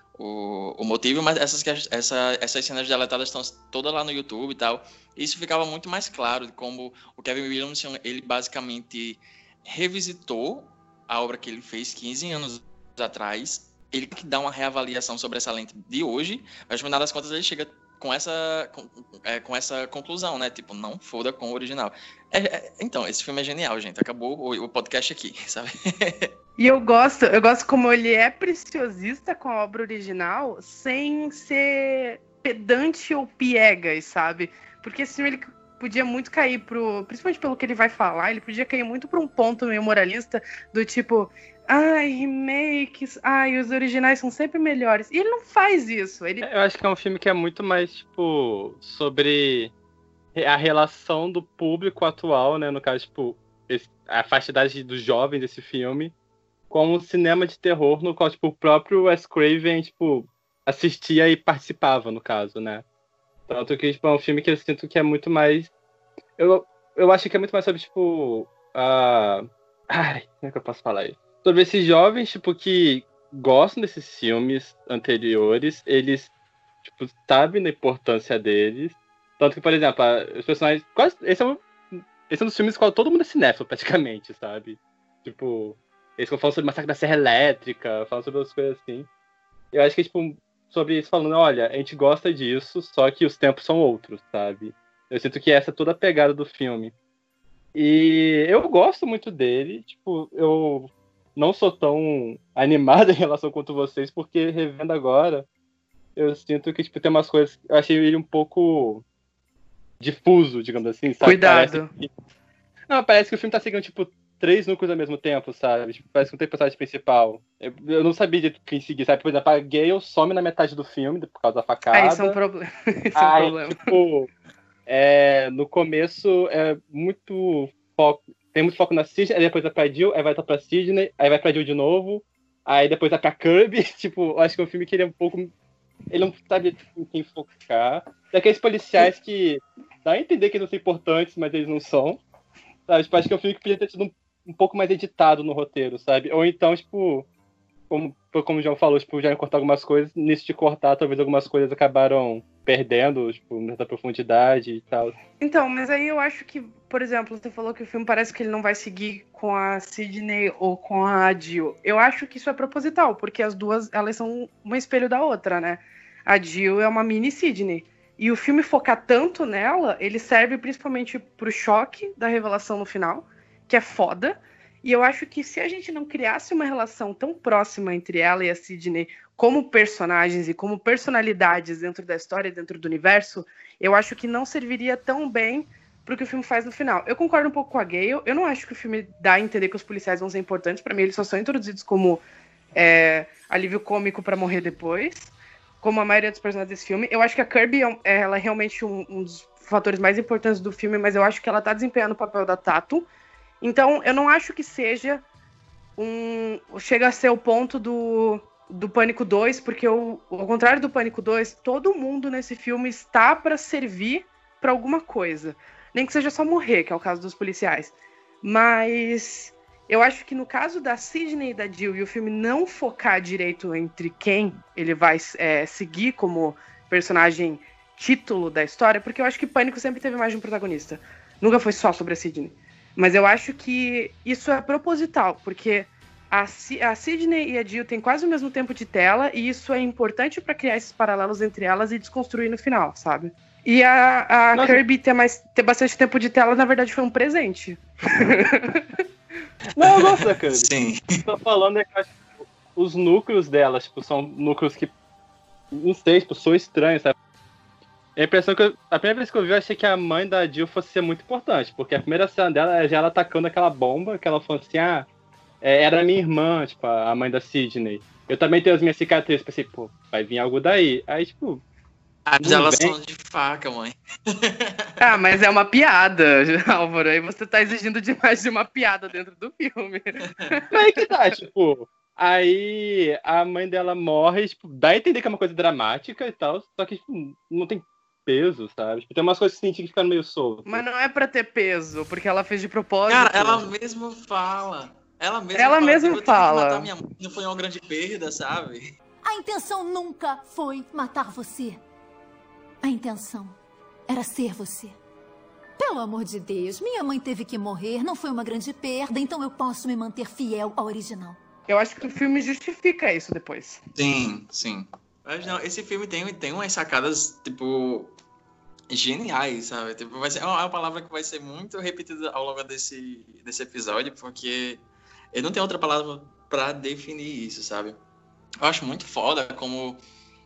o, o motivo, mas essas, essa, essas cenas deletadas estão todas lá no YouTube e tal. E isso ficava muito mais claro de como o Kevin Williamson, ele basicamente revisitou a obra que ele fez quinze anos atrás. Ele que dá uma reavaliação sobre essa lente de hoje, mas no final das contas ele chega com essa, com, é, com essa conclusão, né? Tipo, não foda com o original. É, é, então, esse filme é genial, gente. Acabou o, o podcast aqui, sabe? E eu gosto, eu gosto como ele é preciosista com a obra original, sem ser pedante ou piegas, sabe? Porque esse filme ele podia muito cair pro... Principalmente pelo que ele vai falar, ele podia cair muito pra um ponto meio moralista, do tipo... Ai, remakes, ai, os originais são sempre melhores. E ele não faz isso. Ele... Eu acho que é um filme que é muito mais, tipo, sobre a relação do público atual, né? No caso, tipo, esse, a faixa idade dos jovens desse filme, com um cinema de terror no qual, tipo, o próprio Wes Craven, tipo, assistia e participava, no caso, né? Tanto que, tipo, é um filme que eu sinto que é muito mais... Eu, eu acho que é muito mais sobre, tipo, a... Ai, como é que eu posso falar isso? Sobre esses jovens, tipo, que gostam desses filmes anteriores, eles, tipo, sabem da importância deles. Tanto que, por exemplo, os personagens... Quase, esse, é um, esse é um dos filmes no qual todo mundo é cinéfilo, praticamente, sabe? Tipo, eles falam sobre o Massacre da Serra Elétrica, falam sobre outras coisas assim. Eu acho que, tipo, sobre isso falando, olha, a gente gosta disso, só que os tempos são outros, sabe? Eu sinto que essa é toda a pegada do filme. E eu gosto muito dele, tipo, eu... não sou tão animado em relação quanto vocês, porque revendo agora, eu sinto que tipo, tem umas coisas... Eu achei ele um pouco difuso, digamos assim, sabe? Cuidado. Parece que... Não, parece que o filme tá seguindo, tipo, três núcleos ao mesmo tempo, sabe? Tipo, parece que não tem personagem principal. Eu, eu não sabia de quem seguir, sabe? Por exemplo, a Gale some na metade do filme por causa da facada. Ah, isso é um, proble... isso é um Aí, problema. Tipo, é, no começo é muito foco... Tem muito foco na Sidney, aí depois vai pra Jill, aí vai pra Sidney, aí vai pra Jill de novo, aí depois vai pra Kirby. Tipo, eu acho que é um filme que ele é um pouco... Ele não sabe em quem focar. Daqueles policiais que dá a entender que eles não são importantes, mas eles não são. Sabe? Tipo, acho que é um filme que podia ter sido um, um pouco mais editado no roteiro, sabe? Ou então, tipo, como, como o João falou, tipo, já iam cortar algumas coisas, nisso de cortar, talvez algumas coisas acabaram perdendo, tipo, nessa profundidade e tal. Então, mas aí eu acho que, por exemplo, você falou que o filme parece que ele não vai seguir com a Sidney ou com a Jill. Eu acho que isso é proposital, porque as duas, elas são um espelho da outra, né? A Jill é uma mini Sidney. E o filme focar tanto nela, ele serve principalmente pro choque da revelação no final, que é foda. E eu acho que se a gente não criasse uma relação tão próxima entre ela e a Sidney como personagens e como personalidades dentro da história, dentro do universo, eu acho que não serviria tão bem pro que o filme faz no final. Eu concordo um pouco com a Gale, eu não acho que o filme dá a entender que os policiais vão ser importantes. Pra mim, eles só são introduzidos como é, alívio cômico pra morrer depois, como a maioria dos personagens desse filme. Eu acho que a Kirby é, ela é realmente um, um dos fatores mais importantes do filme, mas eu acho que ela tá desempenhando o papel da Tatum. Então, eu não acho que seja um... chega a ser o ponto do, do Pânico dois, porque eu, ao contrário do Pânico dois, todo mundo nesse filme está para servir para alguma coisa. Nem que seja só morrer, que é o caso dos policiais. Mas eu acho que no caso da Sidney e da Jill, e o filme não focar direito entre quem ele vai é, seguir como personagem título da história, porque eu acho que Pânico sempre teve mais de um protagonista. Nunca foi só sobre a Sidney. Mas eu acho que isso é proposital, porque a, C- a Sidney e a Jill têm quase o mesmo tempo de tela, e isso é importante para criar esses paralelos entre elas e desconstruir no final, sabe? E a, a Kirby ter, mais, ter bastante tempo de tela, na verdade, foi um presente. Não, eu gosto da Kirby. Sim. O que eu tô falando é que eu acho que os núcleos dela, tipo, são núcleos que, não sei, tipo, sou estranho, sabe? A impressão que eu, a primeira vez que eu vi, eu achei que a mãe da Jill fosse ser muito importante, porque a primeira cena dela é já ela atacando aquela bomba, que ela falou assim, ah, é, era minha irmã, tipo, a mãe da Sidney. Eu também tenho as minhas cicatrizes, pensei, pô, vai vir algo daí. Aí, tipo... Mas elas são de faca, mãe. Ah, mas é uma piada, Álvaro, aí você tá exigindo demais de uma piada dentro do filme. Mas aí que tá, tipo... Aí a mãe dela morre, tipo, dá a entender que é uma coisa dramática e tal, só que, tipo, não tem peso, sabe? Tipo, tem umas coisas que senti que ficaram meio soltas. Mas não é pra ter peso, porque ela fez de propósito. Cara, ela mesma fala. Ela mesma ela fala. mesma eu fala. matar minha mãe, não foi uma grande perda, sabe? A intenção nunca foi matar você. A intenção era ser você. Pelo amor de Deus, minha mãe teve que morrer, não foi uma grande perda, então eu posso me manter fiel ao original. Eu acho que o filme justifica isso depois. Sim, sim. Mas não, esse filme tem, tem umas sacadas, tipo, geniais, sabe? Tipo, vai ser, é uma palavra que vai ser muito repetida ao longo desse, desse episódio, porque eu não tenho outra palavra pra definir isso, sabe? Eu acho muito foda como,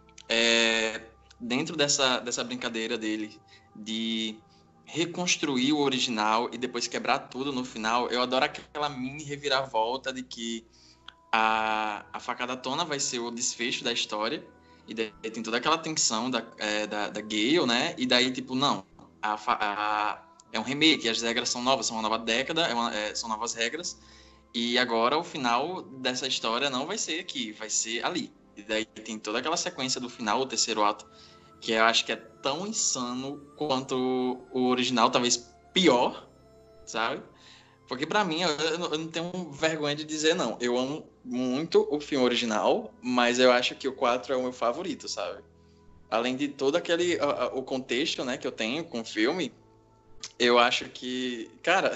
é, dentro dessa, dessa brincadeira dele de reconstruir o original e depois quebrar tudo no final, eu adoro aquela mini reviravolta de que A, a facada tona vai ser o desfecho da história. E daí tem toda aquela tensão da, é, da, da Gale, né? E daí, tipo, não. A, a, é um remake, as regras são novas, são uma nova década, é uma, é, são novas regras. E agora o final dessa história não vai ser aqui, vai ser ali. E daí tem toda aquela sequência do final, o terceiro ato, que eu acho que é tão insano quanto o original, talvez pior, sabe? Porque pra mim, eu, eu não tenho vergonha de dizer não. Eu amo muito o filme original, mas eu acho que o quatro é o meu favorito, sabe? Além de todo aquele... Uh, o contexto, né, que eu tenho com o filme, eu acho que... Cara,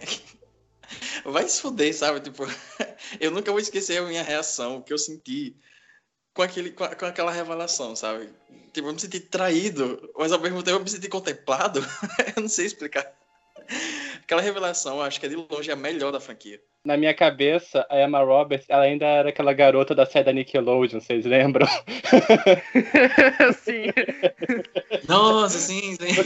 vai se fuder, sabe? Tipo, eu nunca vou esquecer a minha reação, o que eu senti com, aquele, com, com aquela revelação, sabe? Tipo, eu me senti traído, mas ao mesmo tempo eu me senti contemplado. Eu não sei explicar. Aquela revelação, eu acho que é de longe a melhor da franquia. Na minha cabeça, a Emma Roberts, ela ainda era aquela garota da série da Nickelodeon, vocês lembram? Sim. Nossa, sim, sim.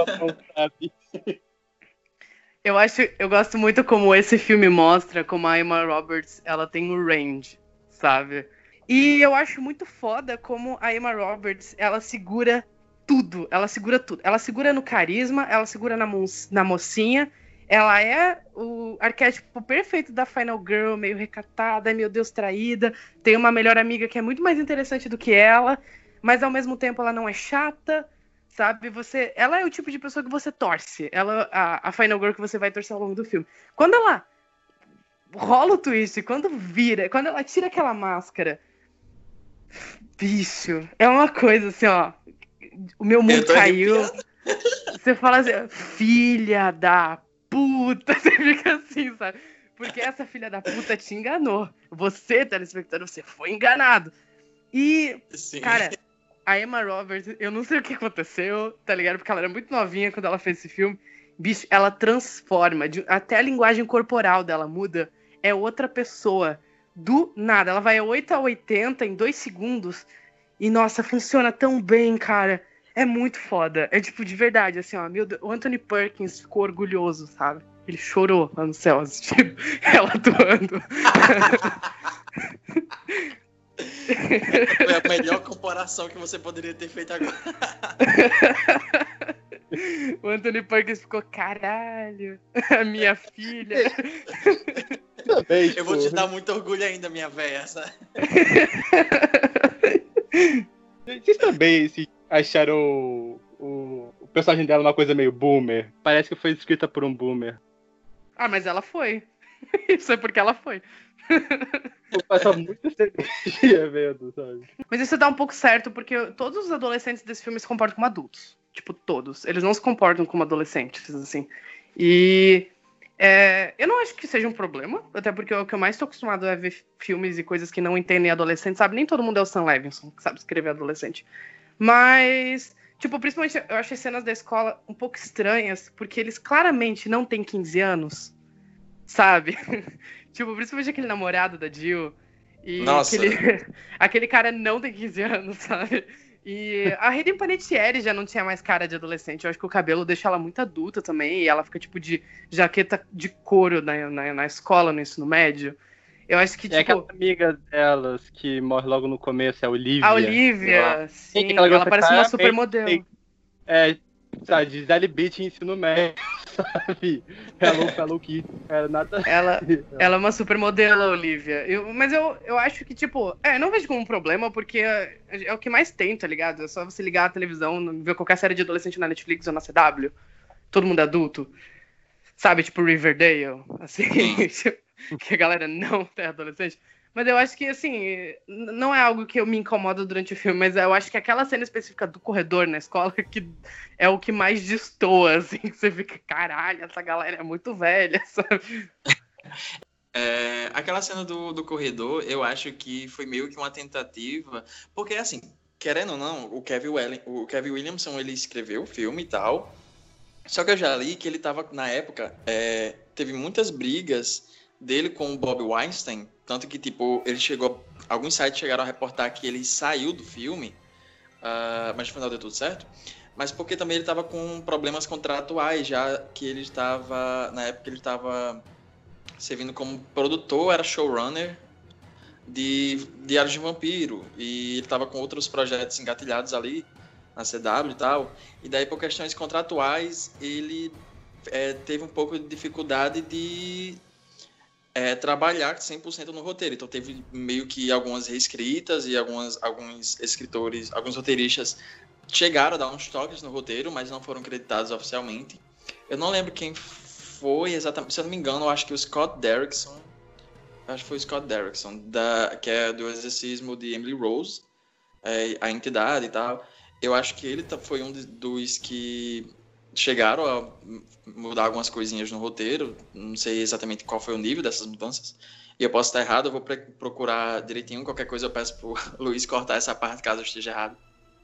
Eu acho, eu gosto muito como esse filme mostra como a Emma Roberts, ela tem um range, sabe? E eu acho muito foda como a Emma Roberts, ela segura tudo, ela segura tudo. Ela segura no carisma, ela segura na, mo- na mocinha, ela é o arquétipo perfeito da Final Girl, meio recatada, meu Deus, traída, tem uma melhor amiga que é muito mais interessante do que ela, mas ao mesmo tempo ela não é chata, sabe? Você, ela é o tipo de pessoa que você torce. Ela, a, a Final Girl que você vai torcer ao longo do filme. Quando ela rola o twist, quando vira, quando ela tira aquela máscara, bicho, é uma coisa assim, ó. O meu mundo caiu. Arrepiado. Você fala assim, filha da puta. Você fica assim, sabe? Porque essa filha da puta te enganou. Você, telespectador, você foi enganado. E, Sim. cara, a Emma Roberts, eu não sei o que aconteceu, tá ligado? Porque ela era muito novinha quando ela fez esse filme. Bicho, ela transforma, até a linguagem corporal dela muda. É outra pessoa. Do nada. Ela vai a oito a oitenta em dois segundos. E, nossa, funciona tão bem, cara. É muito foda. É tipo, de verdade, assim, ó. Meu Deus, o Anthony Perkins ficou orgulhoso, sabe? Ele chorou lá no céu, assistindo ela atuando. Foi a melhor comparação que você poderia ter feito agora. O Anthony Perkins ficou, caralho, a minha filha. Também, eu vou te dar muito orgulho ainda, minha véia. Vocês também se acharam o, o, o personagem dela uma coisa meio boomer? Parece que foi escrita por um boomer. Ah, mas ela foi. Isso é porque ela foi. Passa muita energia vendo, sabe? Mas isso dá um pouco certo, porque todos os adolescentes desse filme se comportam como adultos. Tipo, todos. Eles não se comportam como adolescentes, assim. E é, eu não acho que seja um problema, até porque o que eu mais estou acostumado é ver filmes e coisas que não entendem adolescente, sabe? Nem todo mundo é o Sam Levinson, que sabe escrever adolescente. Mas, tipo, principalmente eu achei cenas da escola um pouco estranhas, porque eles claramente não têm quinze anos, sabe? Tipo, principalmente aquele namorado da Jill. E Nossa. Aquele, aquele cara não tem quinze anos, sabe? E a Hayden Panettiere já não tinha mais cara de adolescente. Eu acho que o cabelo deixa ela muito adulta também. E ela fica, tipo, de jaqueta de couro na, na, na escola, no ensino médio. Eu acho que, é tipo... aquela amiga delas que morre logo no começo, é a Olivia. A Olivia, ela... sim. Ela, ela parece uma supermodelo. É, sabe, de Gisele Beach em ensino médio, sabe? Hello, Hello Kitty, cara, nada... Ela, ela é uma supermodelo, a Olivia. Eu, mas eu, eu acho que, tipo... É, eu não vejo como um problema, porque é, é o que mais tem, tá ligado? É só você ligar a televisão, ver qualquer série de adolescente na Netflix ou na C W. Todo mundo é adulto. Sabe, tipo Riverdale, assim... que a galera não é adolescente. Mas eu acho que, assim, não é algo que eu me incomodo durante o filme, mas eu acho que aquela cena específica do corredor na escola que é o que mais destoa, assim, que você fica, caralho, essa galera é muito velha, sabe? É, aquela cena do, do corredor, eu acho que foi meio que uma tentativa, porque, assim, querendo ou não, o Kevin, Welling, o Kevin Williamson, ele escreveu o filme e tal, só que eu já li que ele tava, na época, é, teve muitas brigas dele com o Bob Weinstein, tanto que, tipo, ele chegou... Alguns sites chegaram a reportar que ele saiu do filme, uh, mas no final deu tudo certo, mas porque também ele estava com problemas contratuais, já que ele estava... Na época ele estava servindo como produtor, era showrunner de Diário de um Vampiro, e ele estava com outros projetos engatilhados ali, na C W e tal, e daí por questões contratuais, ele é, teve um pouco de dificuldade de... É, trabalhar cem por cento no roteiro. Então teve meio que algumas reescritas e algumas, alguns escritores, alguns roteiristas chegaram a dar uns toques no roteiro, mas não foram creditados oficialmente. Eu não lembro quem foi exatamente, se eu não me engano, eu acho que o Scott Derrickson, acho que foi o Scott Derrickson, da, que é do Exorcismo de Emily Rose, é, a entidade e tal. Eu acho que ele foi um dos que chegaram a mudar algumas coisinhas no roteiro, não sei exatamente qual foi o nível dessas mudanças, e eu posso estar errado, eu vou procurar direitinho, qualquer coisa eu peço pro Luiz cortar essa parte caso eu esteja errado.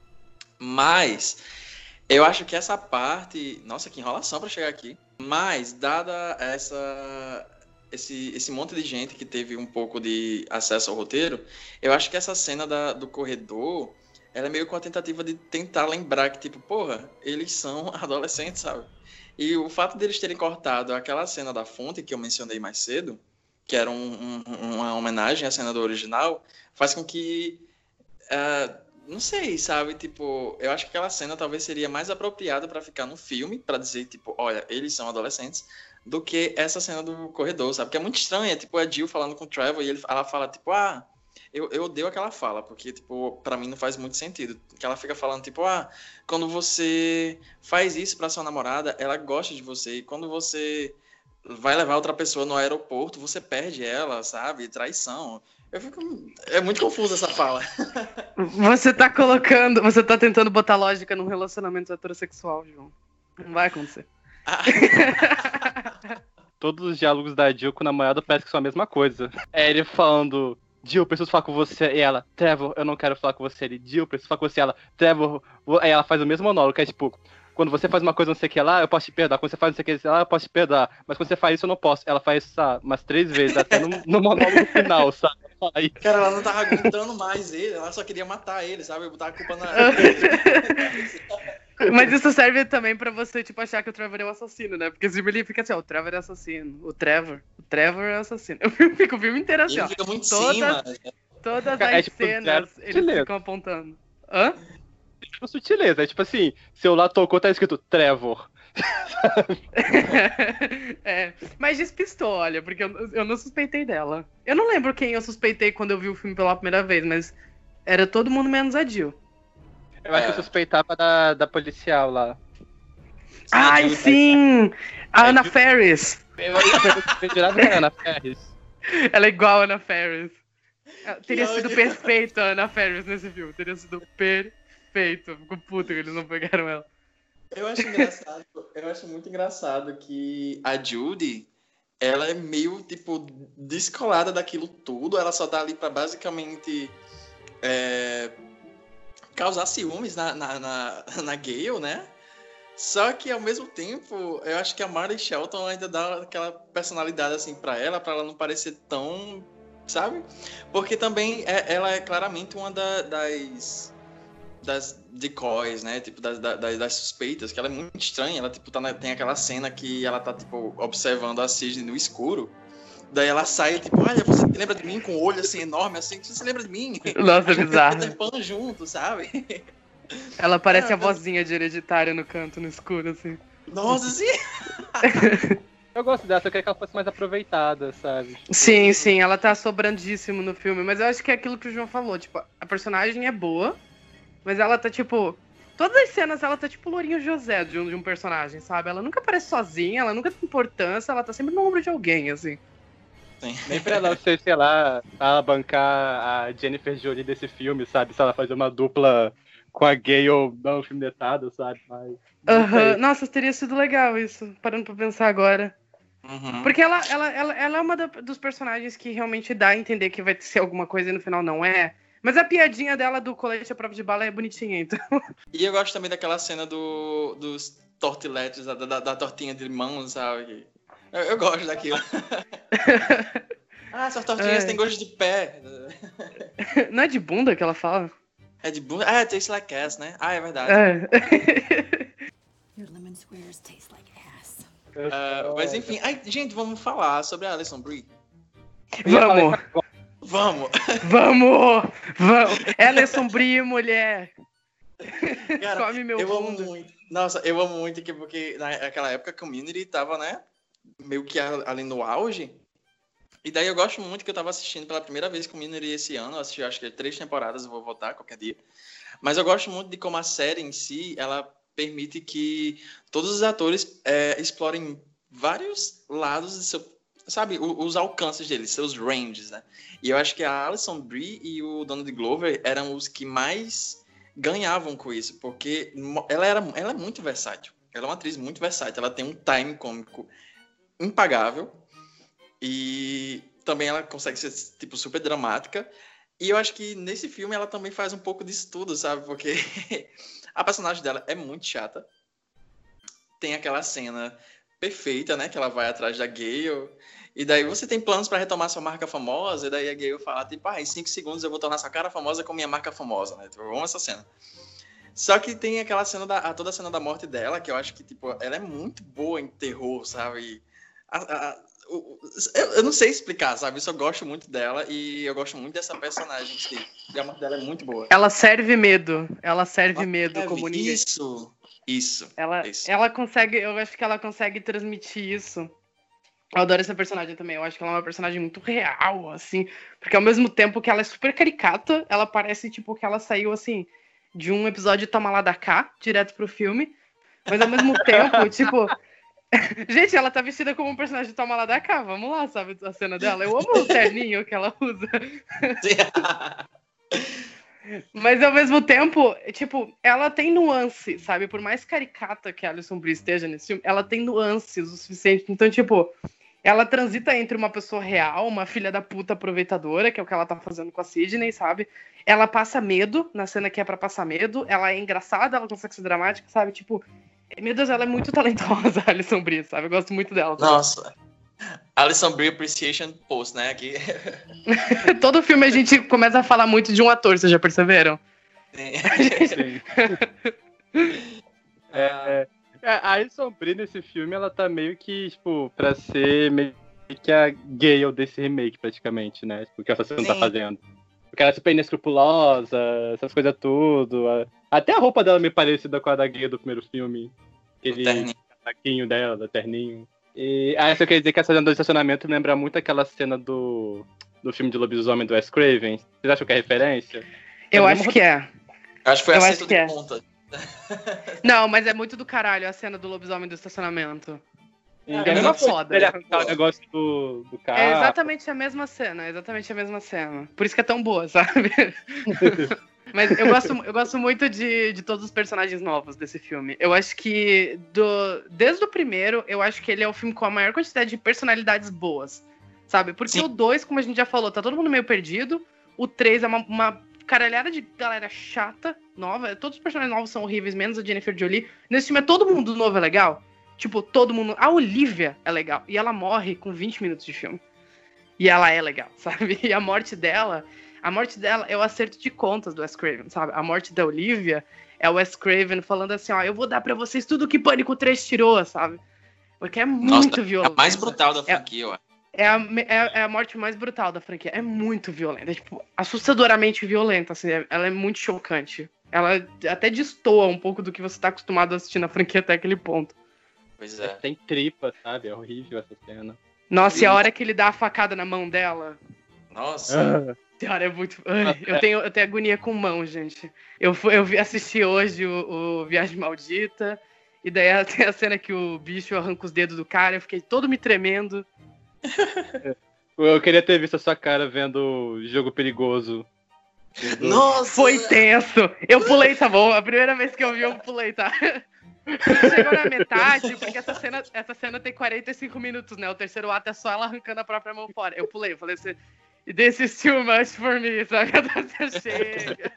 Mas eu acho que essa parte, nossa, que enrolação para chegar aqui, mas dada essa esse, esse monte de gente que teve um pouco de acesso ao roteiro, eu acho que essa cena da, do corredor, ela é meio com a tentativa de tentar lembrar que, tipo, porra, eles são adolescentes, sabe? E o fato deles terem cortado aquela cena da fonte que eu mencionei mais cedo, que era um, um, uma homenagem à cena do original, faz com que, uh, não sei, sabe? Tipo, eu acho que aquela cena talvez seria mais apropriada para ficar no filme, para dizer, tipo, olha, eles são adolescentes, do que essa cena do corredor, sabe? Que é muito estranha, tipo, a Jill falando com o Trevor e ele, ela fala, tipo, ah, Eu, eu odeio aquela fala, porque, tipo, pra mim não faz muito sentido. Que ela fica falando, tipo, ah, quando você faz isso pra sua namorada, ela gosta de você. E quando você vai levar outra pessoa no aeroporto, você perde ela, sabe? Traição. Eu fico... É muito confuso essa fala. Você tá colocando... Você tá tentando botar lógica num relacionamento heterossexual, João. Não vai acontecer. Ah. Todos os diálogos da Jill com o namorado parecem que são a mesma coisa. É ele falando... Jill, preciso falar com você. E ela, Trevor, eu não quero falar com você. Ele, Jill, preciso falar com você. Ela, Trevor... Aí ela faz o mesmo monólogo, que é tipo... Quando você faz uma coisa não sei o que lá, eu posso te perdoar. Quando você faz não sei o que lá, eu posso te perdoar. Mas quando você faz isso, eu não posso. Ela faz isso, sabe, umas três vezes, até no, no monólogo final, sabe? Aí... Cara, ela não tava aguentando mais ele. Ela só queria matar ele, sabe? Botar a culpa na... Mas isso serve também pra você, tipo, achar que o Trevor é o assassino, né? Porque sempre ele fica assim, ó, o Trevor é assassino. O Trevor, o Trevor é o assassino. Eu fico o filme inteiro assim, ele ó. fica muito todas, cima. Todas as é, tipo, cenas, eles sutileza. ficam apontando. Hã? É tipo sutileza, é tipo assim, seu lá tocou, tá escrito Trevor. É, mas despistou, olha, porque eu, eu não suspeitei dela. Eu não lembro quem eu suspeitei quando eu vi o filme pela primeira vez, mas era todo mundo menos a Jill. Eu acho que eu suspeitava da, da policial lá. Ai, Jill, sim! A É, Anna Jill- Ferris. Eu eu jurava que era a Ana Ferris. Ela é igual a Anna Ferris. Ela teria Que sido ódio. perfeita a Anna Ferris nesse filme. Teria sido perfeito. Fico puto que eles não pegaram ela. Eu acho engraçado, eu acho muito engraçado que a Judy, ela é meio, tipo, descolada daquilo tudo. Ela só tá ali pra basicamente é, causar ciúmes na, na, na, na Gale, né? Só que, ao mesmo tempo, eu acho que a Mary Shelton ainda dá aquela personalidade, assim, pra ela, pra ela não parecer tão, sabe? Porque também é, ela é claramente uma da, das... das decoys, né, tipo, das, das, das suspeitas, que ela é muito estranha, ela, tipo, tá na, tem aquela cena que ela tá, tipo, observando a Sidney no escuro, daí ela sai, tipo, olha, você lembra de mim com o olho, assim, enorme, assim, você se lembra de mim? Nossa, é bizarro. Peter Pan junto, sabe? Ela parece Ah, a vozinha de Hereditária no canto, no escuro, assim. Nossa, sim! Eu gosto dessa, eu queria que ela fosse mais aproveitada, sabe? Sim, sim, ela tá sobrandíssimo no filme, mas eu acho que é aquilo que o João falou, tipo, a personagem é boa, mas ela tá, tipo... Todas as cenas ela tá tipo Lourinho José de um, de um personagem, sabe? Ela nunca aparece sozinha, ela nunca tem importância, ela tá sempre no ombro de alguém, assim. Sim. Nem pra ela ser, sei lá, ela bancar a Jennifer Jolie desse filme, sabe? Se ela fazer uma dupla com a Gale no alfinetado, sabe? Mas... Aham, nossa, teria sido legal isso, parando pra pensar agora. Uhum. Porque ela, ela, ela, ela é uma da- dos personagens que realmente dá a entender que vai ser alguma coisa e no final não é. Mas a piadinha dela do colete à prova de bala é bonitinha, então. E eu gosto também daquela cena do, dos tortiletes, da, da, da tortinha de limão, sabe? Eu, eu gosto daquilo. Ah, essas tortinhas É. têm gosto de pé. Não é de bunda que ela fala? É de bunda? Ah, tastes like ass, né? Ah, é verdade. É. Your lemon squares taste like ass. Ah, mas enfim, ai, gente, vamos falar sobre a Alison Brie. Vamos! Vamos! Vamos! Vamos! Ela é sombria, mulher! Cara, Come meu eu amo mundo. muito. Nossa, eu amo muito que porque naquela época a Community tava, né? Meio que ali no auge. E daí eu gosto muito que eu tava assistindo pela primeira vez Community esse ano. Eu assisti acho que três temporadas, eu vou voltar qualquer dia. Mas eu gosto muito de como a série em si, ela permite que todos os atores é, explorem vários lados de seu, sabe, o- os alcances deles, seus ranges, né? E eu acho que a Alison Brie e o Donald Glover eram os que mais ganhavam com isso, porque mo- ela, era, ela é muito versátil. Ela é uma atriz muito versátil, ela tem um time cômico impagável e também ela consegue ser, tipo, super dramática. E eu acho que nesse filme ela também faz um pouco disso tudo, sabe? Porque a personagem dela é muito chata. Tem aquela cena perfeita, né? Que ela vai atrás da Gale. E daí você tem planos pra retomar sua marca famosa. E daí a Gale fala, tipo, ah, em cinco segundos eu vou tornar sua cara famosa com minha marca famosa, né? Tipo, eu amo essa cena. Só que tem aquela cena, da, a- toda a cena da morte dela, que eu acho que, tipo, ela é muito boa em terror, sabe? A- a- o- o- eu, eu não sei explicar, sabe? Eu só gosto muito dela e eu gosto muito dessa personagem em si. E a morte dela é muito boa. Ela serve medo. Ela serve medo Serve. como ninguém. Isso, isso. Ela, isso. ela consegue, eu acho que ela consegue transmitir isso Eu adoro essa personagem também. Eu acho que ela é uma personagem muito real, assim. Porque ao mesmo tempo que ela é super caricata, ela parece, tipo, que ela saiu, assim, de um episódio de Toma Lá da Cá, direto pro filme. Mas ao mesmo tempo, tipo... Gente, ela tá vestida como um personagem de Toma Lá da Cá. Vamos lá, sabe a cena dela? Eu amo o terninho que ela usa. Mas ao mesmo tempo, tipo, ela tem nuance, sabe? Por mais caricata que a Alison Brie esteja nesse filme, ela tem nuances o suficiente. Então, tipo, ela transita entre uma pessoa real, uma filha da puta aproveitadora, que é o que ela tá fazendo com a Sidney, sabe? Ela passa medo na cena que é pra passar medo. Ela é engraçada, ela consegue ser dramática, sabe? Tipo, meu Deus, ela é muito talentosa, a Alison Brie, sabe? Eu gosto muito dela. Sabe? Nossa. Alison Brie Appreciation Post, né? Aqui. Todo filme a gente começa a falar muito de um ator, vocês já perceberam? Sim. Sim. é, é, a Alison Brie nesse filme, ela tá meio que, tipo, pra ser meio que a Gale desse remake, praticamente, né? Tipo, que essa cena tá fazendo. Porque ela é super inescrupulosa, essas coisas tudo. Até a roupa dela me parecida com a da Gale do primeiro filme. Aquele casaquinho dela, da terninho. E ah, só quer dizer que essa cena do estacionamento me lembra muito aquela cena do, do filme de lobisomem do Wes Craven. Vocês acham que é referência? Eu acho que é. Acho que foi Eu acerto acho que de é. ponta. Não, mas é muito do caralho a cena do lobisomem do estacionamento. É, é muito foda. Ele arrancar o negócio do, do carro. É exatamente a mesma cena, é exatamente a mesma cena. Por isso que é tão boa, sabe? Mas eu gosto, eu gosto muito de, de todos os personagens novos desse filme. Eu acho que, do, desde o primeiro, eu acho que ele é o filme com a maior quantidade de personalidades boas, sabe? Porque Sim. o dois, como a gente já falou, tá todo mundo meio perdido. O três é uma, uma caralhada de galera chata, nova. Todos os personagens novos são horríveis, menos a Jennifer Jolie. Nesse filme é todo mundo novo, é legal. Tipo, todo mundo... A Olivia é legal. E ela morre com vinte minutos de filme. E ela é legal, sabe? E a morte dela... A morte dela é o acerto de contas do Wes Craven, sabe? A morte da Olivia é o Wes Craven falando assim, ó, eu vou dar pra vocês tudo que Pânico três tirou, sabe? Porque é muito Nossa, violento. É a mais brutal da franquia, ó. É a, é, é a morte mais brutal da franquia. É muito violenta. É, tipo, assustadoramente violenta, assim. É, ela é muito chocante. Ela até destoa um pouco do que você tá acostumado a assistir na franquia até aquele ponto. Pois é. Tem tripa, sabe? É horrível essa cena. Nossa, e a hora que ele dá a facada na mão dela... Nossa... Ah. Cara, é muito... Ai, eu, tenho, eu tenho agonia com mão, gente. Eu, fui, eu assisti hoje o, o Viagem Maldita, e daí tem a cena que o bicho arranca os dedos do cara, eu fiquei todo me tremendo. Eu queria ter visto a sua cara vendo Jogo Perigoso. Nossa! Foi tenso! Eu pulei, tá bom? A primeira vez que eu vi, eu pulei, tá? Chegou na metade, porque essa cena, essa cena tem quarenta e cinco minutos, né? O terceiro ato é só ela arrancando a própria mão fora. Eu pulei, eu falei assim... This is too much for me, sabe? Chega.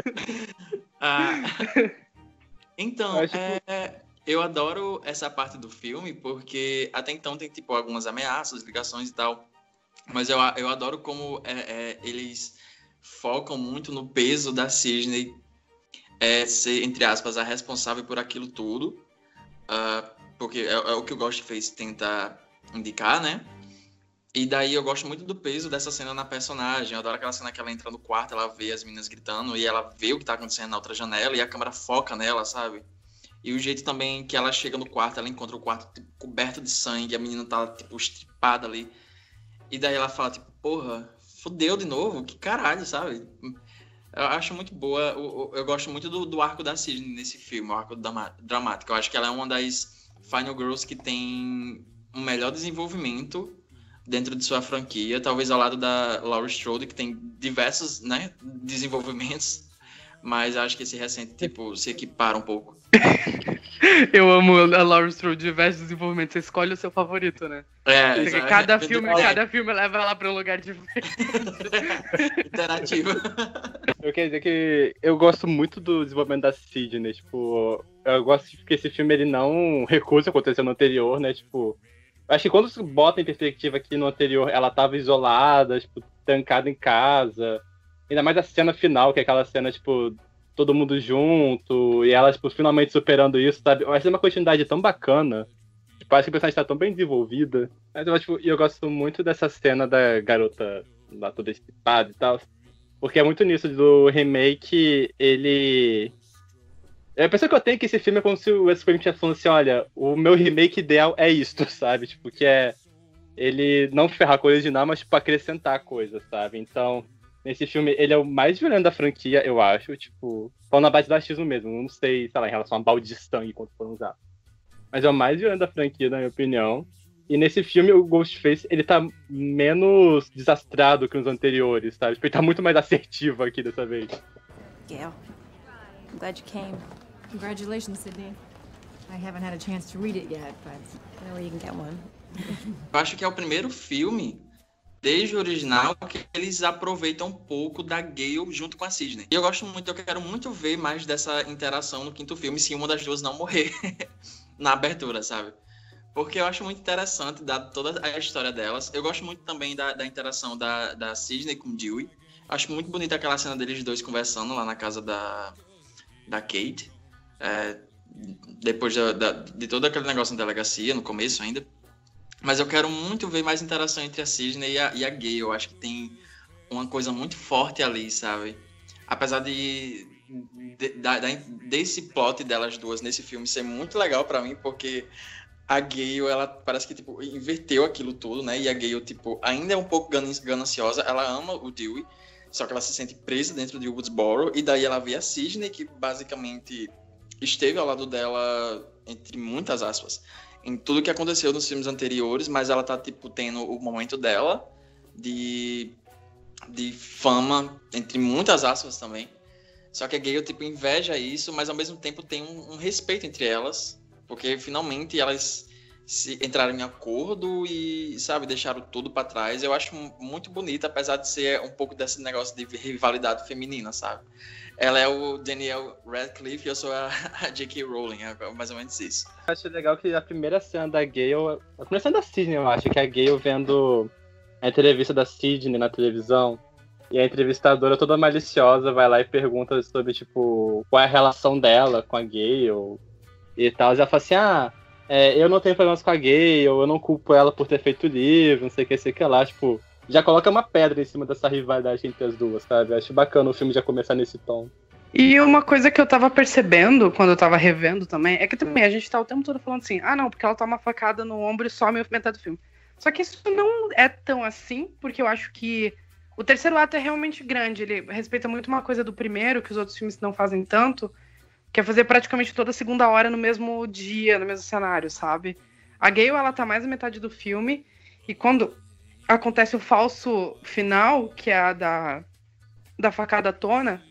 Ah, então, eu, é, eu adoro essa parte do filme, porque até então tem, tipo, algumas ameaças, ligações e tal. Mas eu, eu adoro como é, é, eles focam muito no peso da Sidney é, ser, entre aspas, a responsável por aquilo tudo. Uh, porque é, é o que o Ghost Face tenta indicar, né? E daí eu gosto muito do peso dessa cena na personagem. Eu adoro aquela cena que ela entra no quarto, ela vê as meninas gritando e ela vê o que tá acontecendo na outra janela e a câmera foca nela, sabe? E o jeito também que ela chega no quarto, ela encontra o quarto tipo, coberto de sangue, a menina tá, tipo, estripada ali. E daí ela fala, tipo, porra, fodeu de novo? Que caralho, sabe? Eu acho muito boa, eu, eu gosto muito do, do arco da Sidney nesse filme, o arco dramático. Eu acho que ela é uma das Final Girls que tem um melhor desenvolvimento dentro de sua franquia, talvez ao lado da Laurie Strode, que tem diversos, né, desenvolvimentos, mas acho que esse recente, tipo, se equipara um pouco. Eu amo a Laurie Strode, diversos desenvolvimentos. Você escolhe o seu favorito, né? É, porque cada filme, é. cada filme leva ela pra um lugar diferente. Interativo. Eu quero dizer que eu gosto muito do desenvolvimento da Sidney, tipo, eu gosto que esse filme ele não recusa o que aconteceu no anterior, né, tipo, acho que quando você bota em perspectiva que no anterior ela tava isolada, tipo, trancada em casa, ainda mais a cena final, que é aquela cena, tipo, todo mundo junto, e ela, tipo, finalmente superando isso, sabe? Eu acho uma continuidade tão bacana, tipo, acho que a personagem tá tão bem desenvolvida, mas eu, tipo, eu gosto muito dessa cena da garota lá toda estripada e tal, porque é muito nisso do remake, ele... A impressão que eu tenho é que esse filme é como se o Wes Craven estivesse falando assim, olha, o meu remake ideal é isto, sabe? Tipo, que é ele não ferrar com o original, mas tipo, acrescentar coisas, sabe? Então, nesse filme, ele é o mais violento da franquia, eu acho, tipo, falando na base do achismo mesmo, não sei, sei lá, em relação a balde de sangue quanto foram usados. Mas é o mais violento da franquia, na minha opinião. E nesse filme, o Ghostface, ele tá menos desastrado que nos anteriores, sabe? Tipo, ele tá muito mais assertivo aqui dessa vez. Gail, I'm glad you came. Congratulations, Sydney. I haven't had a chance to read it yet, but I know where you can get one. Eu acho que é o primeiro filme, desde o original, que eles aproveitam um pouco da Gale junto com a Sidney. E eu gosto muito, eu quero muito ver mais dessa interação no quinto filme, se uma das duas não morrer na abertura, sabe? Porque eu acho muito interessante, dada toda a história delas. Eu gosto muito também da, da interação da, da Sidney com Dewey. Acho muito bonita aquela cena deles dois conversando lá na casa da, da Kate. É, depois da, da, de todo aquele negócio na delegacia, no começo ainda. Mas eu quero muito ver mais interação entre a Sidney e a, e a Gale. Eu acho que tem uma coisa muito forte ali, sabe? Apesar de, de, de desse plot delas duas nesse filme ser muito legal pra mim, porque a Gale, ela parece que, tipo, inverteu aquilo tudo, né? E a Gale, tipo, ainda é um pouco gananciosa. Ela ama o Dewey, só que ela se sente presa dentro de Woodsboro. E daí ela vê a Sidney, que basicamente esteve ao lado dela, entre muitas aspas, em tudo que aconteceu nos filmes anteriores, mas ela tá, tipo, tendo o momento dela de, de fama, entre muitas aspas também. Só que a Gale, tipo, inveja isso, mas ao mesmo tempo tem um, um respeito entre elas, porque finalmente elas se entraram em acordo e, sabe, deixaram tudo pra trás. Eu acho muito bonito, apesar de ser um pouco desse negócio de rivalidade feminina, sabe? Ela é o Daniel Radcliffe e eu sou a, a J K Rowling, é mais ou menos isso. Eu acho legal que a primeira cena da Gale, a primeira cena da Sidney, eu acho, que é a Gale vendo a entrevista da Sidney na televisão, e a entrevistadora toda maliciosa vai lá e pergunta sobre, tipo, qual é a relação dela com a Gale e tal. E ela fala assim, ah, é, eu não tenho problemas com a Gale, eu não culpo ela por ter feito o livro, não sei o que, sei o que lá, tipo... Já coloca uma pedra em cima dessa rivalidade entre as duas, sabe? Acho bacana o filme já começar nesse tom. E uma coisa que eu tava percebendo quando eu tava revendo também, é que também a gente tá o tempo todo falando assim, ah não, porque ela toma uma facada no ombro e some a metade do filme. Só que isso não é tão assim, porque eu acho que o terceiro ato é realmente grande, ele respeita muito uma coisa do primeiro, que os outros filmes não fazem tanto, que é fazer praticamente toda a segunda hora no mesmo dia, no mesmo cenário, sabe? A Gale, ela tá mais da metade do filme, e quando acontece o falso final, que é a da, da facada tona,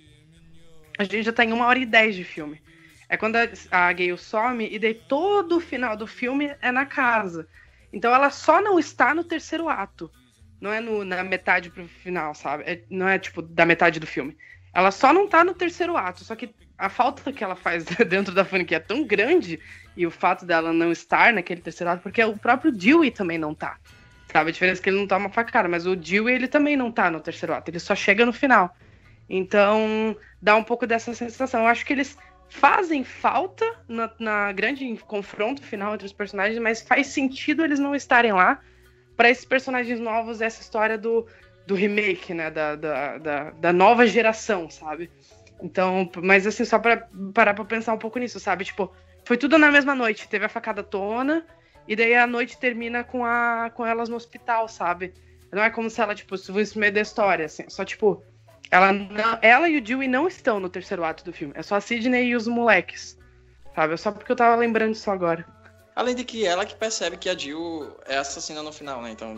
a gente já tá em uma hora e dez de filme. É quando a, a Gale some, e daí todo o final do filme é na casa. Então ela só não está no terceiro ato. Não é no, na metade pro final, sabe? É, não é, tipo, da metade do filme. Ela só não tá no terceiro ato. Só que a falta que ela faz dentro da franquia é tão grande, e o fato dela não estar naquele terceiro ato, porque o próprio Dewey também não tá. Sabe, a diferença é que ele não toma facada, mas o Dewey, ele também não tá no terceiro ato, ele só chega no final. Então, dá um pouco dessa sensação. Eu acho que eles fazem falta na, na grande confronto final entre os personagens, mas faz sentido eles não estarem lá para esses personagens novos, essa história do, do remake, né, da, da, da, da nova geração, sabe? Então, mas assim, só pra parar pra pensar um pouco nisso, sabe? Tipo, foi tudo na mesma noite, teve a facada tona, e daí a noite termina com, a, com elas no hospital, sabe? Não é como se ela, tipo, fosse no meio da história, assim. Só, tipo, ela, não, ela e o Dewey não estão no terceiro ato do filme. É só a Sidney e os moleques, sabe? É só porque eu tava lembrando disso agora. Além de que ela que percebe que a Jill é assassina no final, né? Então...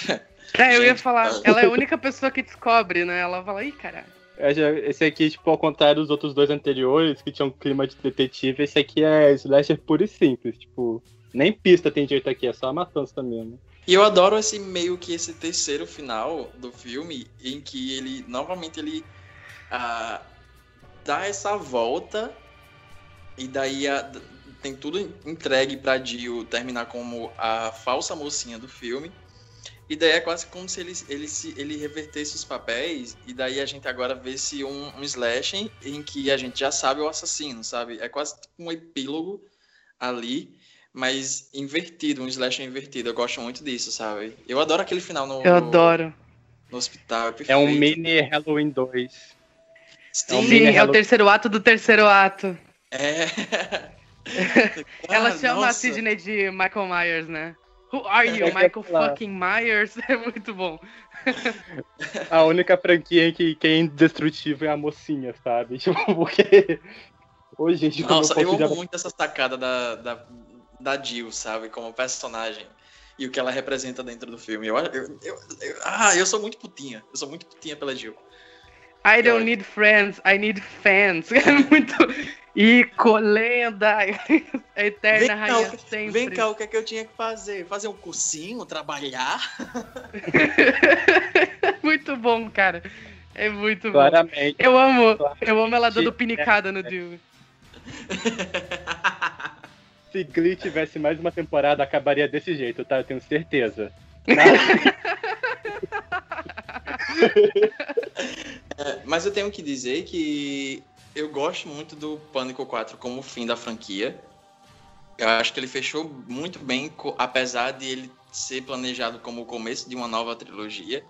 É, eu ia falar. Ela é a única pessoa que descobre, né? Ela fala, ih, caralho. Esse aqui, tipo, ao contrário dos outros dois anteriores, que tinham um clima de detetive, esse aqui é slasher puro e simples, tipo... Nem pista tem jeito aqui, é só a matança mesmo. E eu adoro esse meio que esse terceiro final do filme, em que ele, novamente, ele ah, dá essa volta, e daí a, tem tudo entregue pra Jill terminar como a falsa mocinha do filme. E daí é quase como se ele, ele, se, ele revertesse os papéis, e daí a gente agora vê se um, um slasher em que a gente já sabe o assassino, sabe? É quase tipo um epílogo ali, mas invertido, um slasher invertido. Eu gosto muito disso, sabe? Eu adoro aquele final no, Eu no, adoro. no hospital, é perfeito. É um mini Halloween dois. Sim, é, um Sim, é o terceiro ato do terceiro ato. É. Ela Ah, chama nossa. a Sidney de Michael Myers, né? Who are you, É Michael aquela- fucking Myers? É muito bom. A única franquia em que quem é indestrutível é a mocinha, sabe? Tipo, porque... Ô, gente, como Nossa, eu eu posso amo já... muito essa sacada da, da, da Jill, sabe? Como personagem. E o que ela representa dentro do filme. Eu, eu, eu, eu- ah, eu sou muito putinha. Eu sou muito putinha pela Jill. I don't need friends, I need fans. É muito... Ico, lenda, a eterna Vem cá, rainha o- sempre. vem cá, o que é que eu tinha que fazer? Fazer um cursinho? Trabalhar? Muito bom, cara. É muito bom. Claramente. Eu amo, eu amo ela Claramente. dando pinicada no Jill. Se Glee tivesse mais uma temporada, acabaria desse jeito, tá? Eu tenho certeza. É, mas eu tenho que dizer que eu gosto muito do Pânico quatro como fim da franquia. Eu acho que ele fechou muito bem, co- apesar de ele ser planejado como o começo de uma nova trilogia.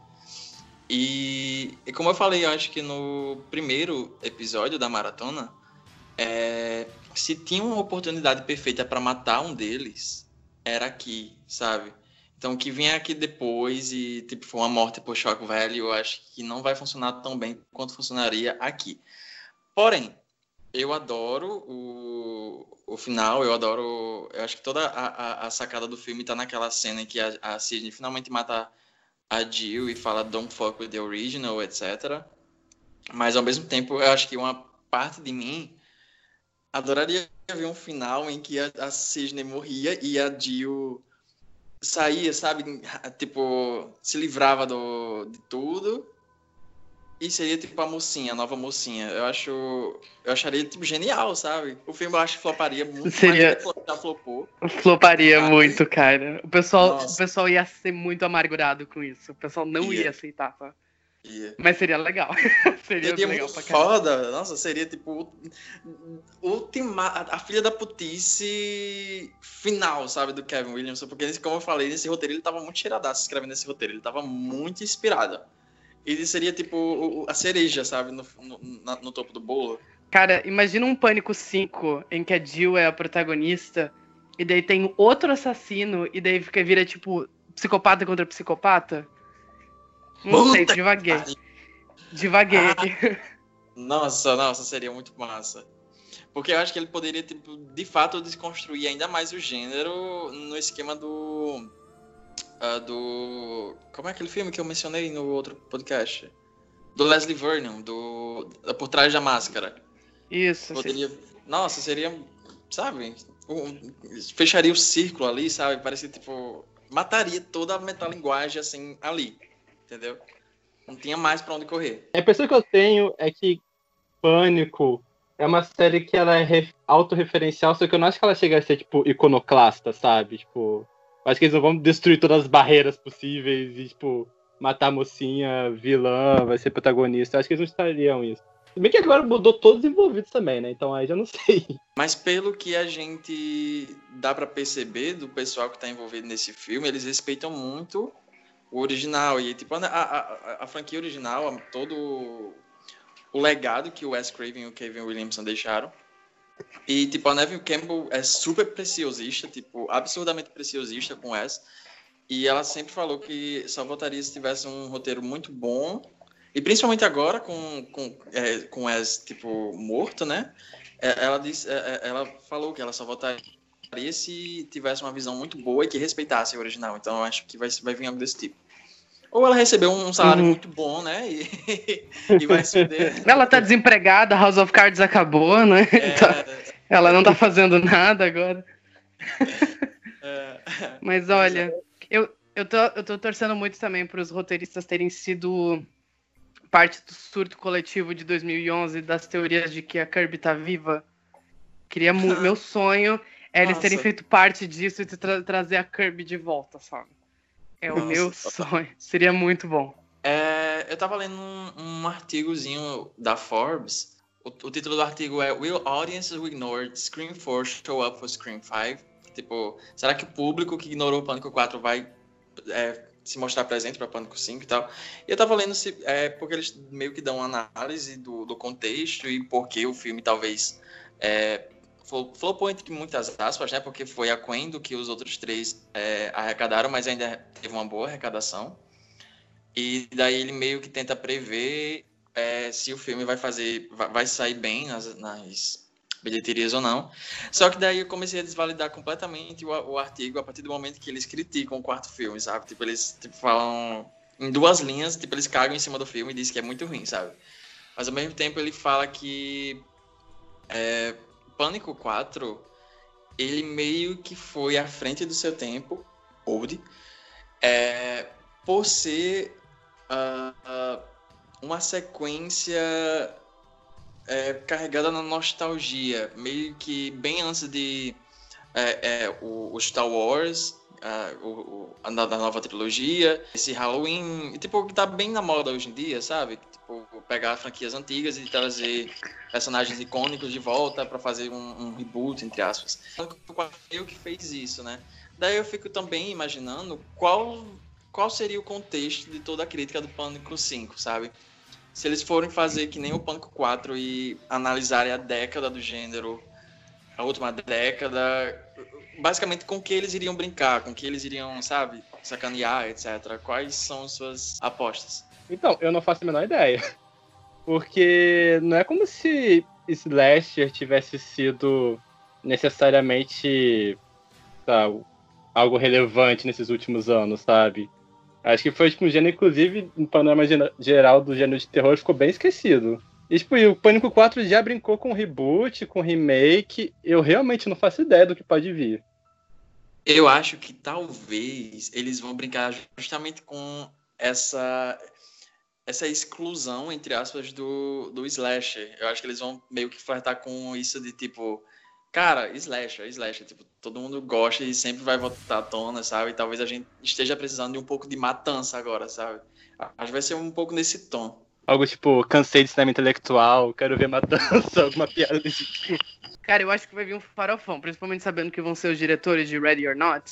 E, e como eu falei, eu acho que no primeiro episódio da maratona, é, se tinha uma oportunidade perfeita para matar um deles, era aqui, sabe? Então, o que vinha aqui depois e tipo foi uma morte por shock value, eu acho que não vai funcionar tão bem quanto funcionaria aqui. Porém, eu adoro o, o final, eu adoro... Eu acho que toda a, a, a sacada do filme tá naquela cena em que a, a Sidney finalmente mata a Jill e fala don't fuck with the original, etcétera. Mas, ao mesmo tempo, eu acho que uma parte de mim adoraria ver um final em que a, a Sidney morria e a Jill saía, sabe? Tipo, se livrava do, de tudo. E seria tipo a mocinha, a nova mocinha. Eu acho. Eu acharia tipo genial, sabe? O filme eu acho que floparia muito Seria- mais do que já flopou. Floparia muito, cara. O pessoal, Nossa. o pessoal ia ser muito amargurado com isso. O pessoal não Ia. ia aceitar, tá? Ia. Mas seria legal. seria Seria legal muito pra caralho. foda. Nossa, seria tipo. Ultima, a a filha da putice final, sabe? Do Kevin Williamson. Porque, nesse- como eu falei, nesse roteiro ele tava muito cheiradaço escrevendo esse roteiro. Ele tava muito inspirado. Ele seria tipo o- o- a cereja, sabe? No, no, na- no topo do bolo. Cara, imagina um Pânico cinco em que a Jill é a protagonista e daí tem outro assassino e daí fica, vira tipo psicopata contra psicopata. Não sei, Puta que divaguei. pariu. Divaguei Ah. aqui. Nossa, nossa, seria muito massa. Porque eu acho que ele poderia, tipo, de fato, desconstruir ainda mais o gênero no esquema do... ah, do... Como é aquele filme que eu mencionei no outro podcast? Do Leslie Vernon, do Por Trás da Máscara. Isso. Poderia... Nossa, seria, sabe? um- Fecharia o círculo ali, sabe? Parecia, tipo... Mataria toda a metalinguagem, assim, ali. Entendeu? Não tinha mais pra onde correr. A impressão que eu tenho é que Pânico é uma série que ela é re- autorreferencial, só que eu não acho que ela chega a ser, tipo, iconoclasta, sabe? Tipo, eu acho que eles não vão destruir todas as barreiras possíveis e, tipo, matar a mocinha, vilã, vai ser protagonista. Eu acho que eles não estariam isso. Se bem que agora mudou todos os envolvidos também, né? Então aí já não sei. Mas pelo que a gente dá pra perceber do pessoal que tá envolvido nesse filme, eles respeitam muito o original. E tipo, a, a, a, a franquia original, todo o legado que o Wes Craven e o Kevin Williamson deixaram. E tipo, a Neve Campbell é super preciosista, tipo, absurdamente preciosista com o Wes. E ela sempre falou que só votaria se tivesse um roteiro muito bom. E principalmente agora, com, com, é, com o Wes, tipo, morto, né? É, Ela, disse, é, é, ela falou que ela só votaria se tivesse uma visão muito boa e que respeitasse o original. Então eu acho que vai, vai vir algo desse tipo. Ou ela recebeu um salário Uhum. muito bom, né? E, e vai se fuder. Ela tá desempregada, House of Cards acabou, né? Então, ela não tá fazendo nada agora. É, Mas olha, eu, eu, tô, eu tô torcendo muito também pros roteiristas terem sido parte do surto coletivo de dois mil e onze, das teorias de que a Kirby tá viva. Queria mu- meu sonho é eles Nossa. terem feito parte disso e tra- trazer a Kirby de volta, sabe? É o Nossa. meu sonho. Seria muito bom. É, eu tava lendo um, um artigozinho da Forbes. O, o título do artigo é Will Audiences Who Ignored Scream four Show Up for Scream five? Tipo, será que o público que ignorou o Pânico quatro vai é, se mostrar presente para Pânico cinco e tal? E eu tava lendo se, é, porque eles meio que dão uma análise do, do contexto e por que o filme talvez é, flopou entre muitas aspas, né? Porque foi aquém do que os outros três é, arrecadaram, mas ainda teve uma boa arrecadação. E daí ele meio que tenta prever é, se o filme vai fazer, vai, vai sair bem nas, nas bilheterias ou não. Só que daí eu comecei a desvalidar completamente o, o artigo a partir do momento que eles criticam o quarto filme, sabe? Tipo, eles tipo, falam em duas linhas, tipo, eles cagam em cima do filme e dizem que é muito ruim, sabe? Mas ao mesmo tempo ele fala que é, Pânico quatro, ele meio que foi à frente do seu tempo, old, é, por ser uh, uh, uma sequência é, carregada na nostalgia, meio que bem antes de é, é, o, o Star Wars, uh, o, o, a, da nova trilogia, esse Halloween, tipo, que tá bem na moda hoje em dia, sabe? Tipo, pegar franquias antigas e trazer personagens icônicos de volta para fazer um, um reboot, entre aspas. Eu que fez isso, né? Daí eu fico também imaginando qual, qual seria o contexto de toda a crítica do Pânico cinco, sabe? Se eles forem fazer que nem o Pânico quatro e analisarem a década do gênero, a última década, basicamente com que eles iriam brincar, com que eles iriam, sabe, sacanear, etcétera. Quais são suas apostas? Então, eu não faço a menor ideia. Porque não é como se slasher tivesse sido necessariamente, sabe, algo relevante nesses últimos anos, sabe? Acho que foi tipo, um gênero, inclusive, no panorama geral do gênero de terror, ficou bem esquecido. E, tipo, e o Pânico quatro já brincou com reboot, com remake. Eu realmente não faço ideia do que pode vir. Eu acho que talvez eles vão brincar justamente com essa... essa exclusão, entre aspas, do, do slasher. Eu acho que eles vão meio que flertar com isso de, tipo, cara, slasher, slasher, tipo, todo mundo gosta e sempre vai voltar à tona, sabe? E talvez a gente esteja precisando de um pouco de matança agora, sabe? Acho que vai ser um pouco nesse tom. Algo tipo, cansei de cinema intelectual, quero ver matança, alguma piada desse tipo. Cara, eu acho que vai vir um farofão, principalmente sabendo que vão ser os diretores de Ready or Not.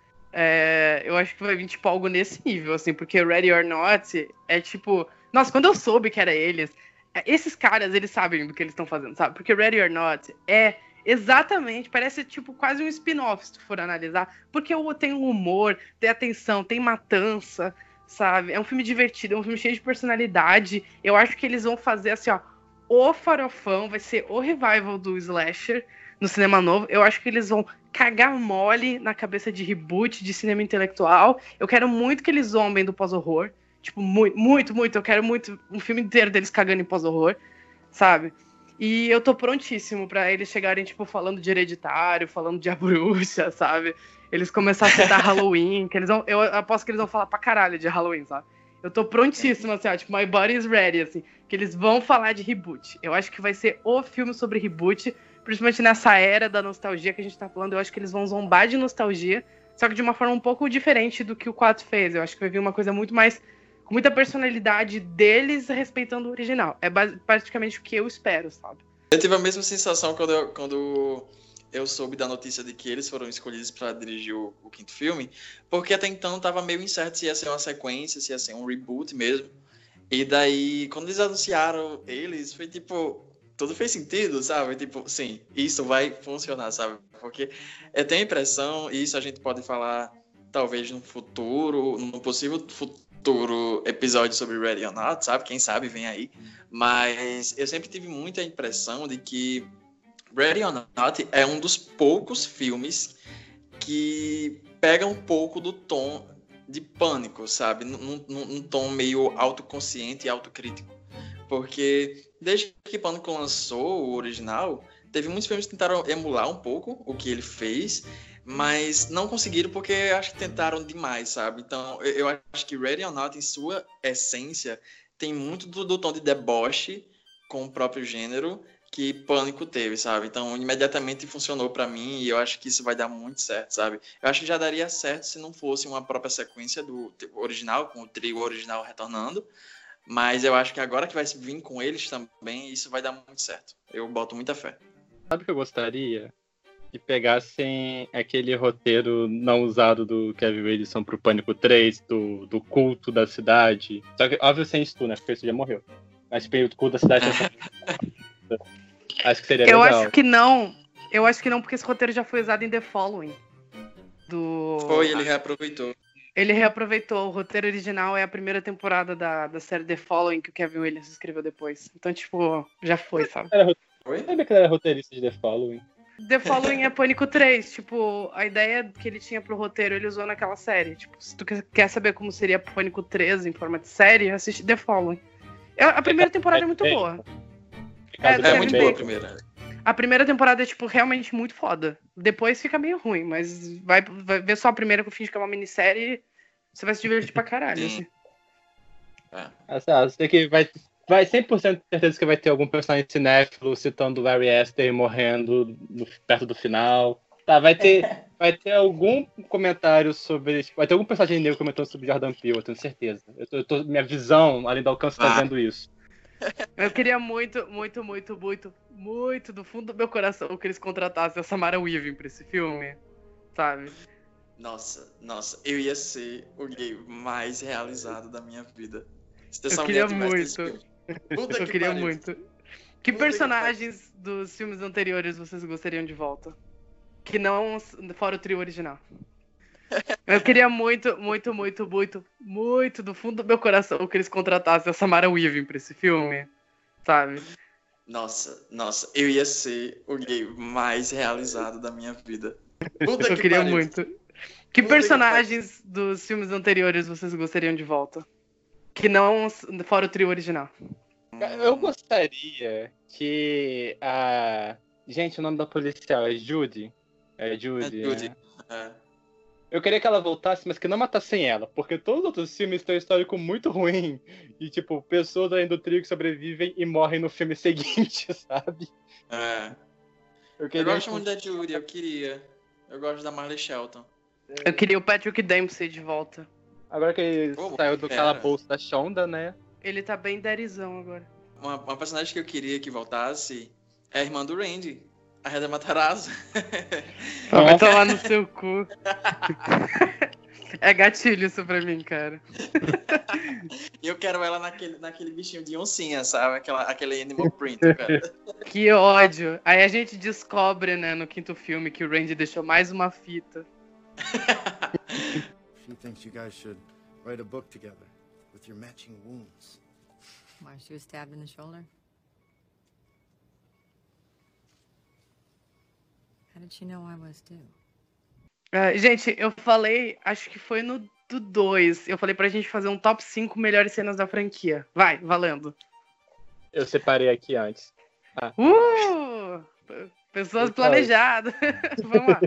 É, eu acho que vai vir, tipo, algo nesse nível, assim, porque Ready or Not é, tipo... Nossa, quando eu soube que era eles, esses caras, eles sabem do que eles estão fazendo, sabe? Porque Ready or Not é exatamente, parece, tipo, quase um spin-off, se tu for analisar, porque tem humor, tem atenção, tem matança, sabe? É um filme divertido, é um filme cheio de personalidade. Eu acho que eles vão fazer, assim, ó, o farofão, vai ser o revival do slasher no cinema novo. Eu acho que eles vão cagar mole na cabeça de reboot, de cinema intelectual. Eu quero muito que eles zombem do pós-horror. Tipo, muito, muito, muito. Eu quero muito um filme inteiro deles cagando em pós-horror, sabe? E eu tô prontíssimo pra eles chegarem, tipo, falando de Hereditário, falando de A Bruxa, sabe? Eles começarem a citar Halloween, que eles vão... Eu aposto que eles vão falar pra caralho de Halloween, sabe? Eu tô prontíssimo, assim, ó, tipo, my body is ready, assim, que eles vão falar de reboot. Eu acho que vai ser o filme sobre reboot, principalmente nessa era da nostalgia que a gente tá falando. Eu acho que eles vão zombar de nostalgia, só que de uma forma um pouco diferente do que o quatro fez. Eu acho que vai vir uma coisa muito mais... com muita personalidade deles, respeitando o original. É praticamente o que eu espero, sabe? Eu tive a mesma sensação quando eu, quando eu soube da notícia de que eles foram escolhidos para dirigir o, o quinto filme, porque até então tava meio incerto se ia ser uma sequência, se ia ser um reboot mesmo. E daí, quando eles anunciaram eles, foi tipo... tudo fez sentido, sabe? Tipo, sim, isso vai funcionar, sabe? Porque eu tenho a impressão, e isso a gente pode falar talvez no futuro, num possível futuro episódio sobre Ready or Not, sabe? Quem sabe vem aí. Mas eu sempre tive muita impressão de que Ready or Not é um dos poucos filmes que pega um pouco do tom de Pânico, sabe? Num, num, num tom meio autoconsciente e autocrítico. Porque desde que Pânico lançou o original, teve muitos filmes que tentaram emular um pouco o que ele fez, mas não conseguiram porque acho que tentaram demais, sabe? Então eu acho que Ready or Not, em sua essência, tem muito do, do tom de deboche com o próprio gênero que Pânico teve, sabe? Então imediatamente funcionou pra mim e eu acho que isso vai dar muito certo, sabe? Eu acho que já daria certo se não fosse uma própria sequência do original, com o trio original retornando. Mas eu acho que agora que vai vir com eles também, isso vai dar muito certo. Eu boto muita fé. Sabe o que eu gostaria? Que pegassem aquele roteiro não usado do Kevin Wilson pro Pânico três, do, do culto da cidade. Só que, óbvio, sem Stu, né? Porque isso já morreu. Mas tipo, o culto da cidade... acho que seria eu legal. Acho que não... Eu acho que não, porque esse roteiro já foi usado em The Following. Do... Foi, ele reaproveitou. Ele reaproveitou. O roteiro original é a primeira temporada da, da série The Following, que o Kevin Williams escreveu depois. Então, tipo, já foi, sabe? Era, eu sabia que ele era roteirista de The Following. The Following é Pânico três. Tipo, a ideia que ele tinha pro roteiro, ele usou naquela série. Tipo, se tu quer saber como seria Pânico três em forma de série, assiste The Following. A primeira temporada é muito boa. É, do é Kevin muito boa a Bacon. primeira. A primeira temporada é, tipo, realmente muito foda. Depois fica meio ruim, mas vai, vai ver só a primeira que eu finge que é uma minissérie, você vai se divertir pra caralho. Assim. É. Ah, você tem que vai, vai cem por cento de certeza que vai ter algum personagem cinéfilo citando o Larry Aster morrendo no, perto do final. Tá, vai ter, vai ter algum comentário sobre. Vai ter algum personagem negro comentando sobre Jordan Peele, eu tenho certeza. Eu tô, eu tô, minha visão, além do alcance, tá vendo isso. Eu queria muito, muito, muito, muito, muito do fundo do meu coração que eles contratassem a Samara Weaving pra esse filme, sabe? Nossa, nossa, eu ia ser o gay mais realizado da minha vida. Se Eu essa queria mulher tivesse esse muito. filme. Puta Eu que queria pariu. muito. Que Puta personagens dos filmes anteriores vocês gostariam de volta? Que não fora o trio original. Eu queria muito, muito, muito, muito, muito do fundo do meu coração que eles contratassem a Samara Weaving pra esse filme, sabe? Nossa, nossa, eu ia ser o gay mais realizado da minha vida. Puta Eu que queria pariu. muito. Que Puta personagens dos filmes anteriores vocês gostariam de volta? Que não fora o trio original. Eu gostaria que a. Gente, o nome da policial é Judy? É Judy. É Judy. né? É. Eu queria que ela voltasse, mas que não matassem ela, porque todos os outros filmes têm um histórico muito ruim. E, tipo, pessoas ainda do trio que sobrevivem e morrem no filme seguinte, sabe? É. Eu, Eu queria gosto que- muito da Judy, eu queria. Eu gosto da Marley Shelton. Eu queria o Patrick Dempsey de volta. Agora que ele Pô, saiu do pera. calabouço da Shonda, né? Ele tá bem derizão agora. Uma, uma personagem que eu queria que voltasse é a irmã do Randy, a Reda Matarazzo. Ah, vai tomar no seu cu. É gatilho isso pra mim, cara. E eu quero ela naquele, naquele bichinho de oncinha, sabe? Aquela, aquele animal print, cara. Que ódio. Aí a gente descobre, né, no quinto filme, que o Randy deixou mais uma fita. She thinks you guys should write a book together with your matching wounds. Why, she was stabbed in the shoulder? How did she know I was too? Ah, gente, eu falei, acho que foi no do dois. Eu falei pra gente fazer um top cinco melhores cenas da franquia. Vai, valendo. Eu separei aqui antes. Ah. Uh! Pessoas planejadas. Vamos lá.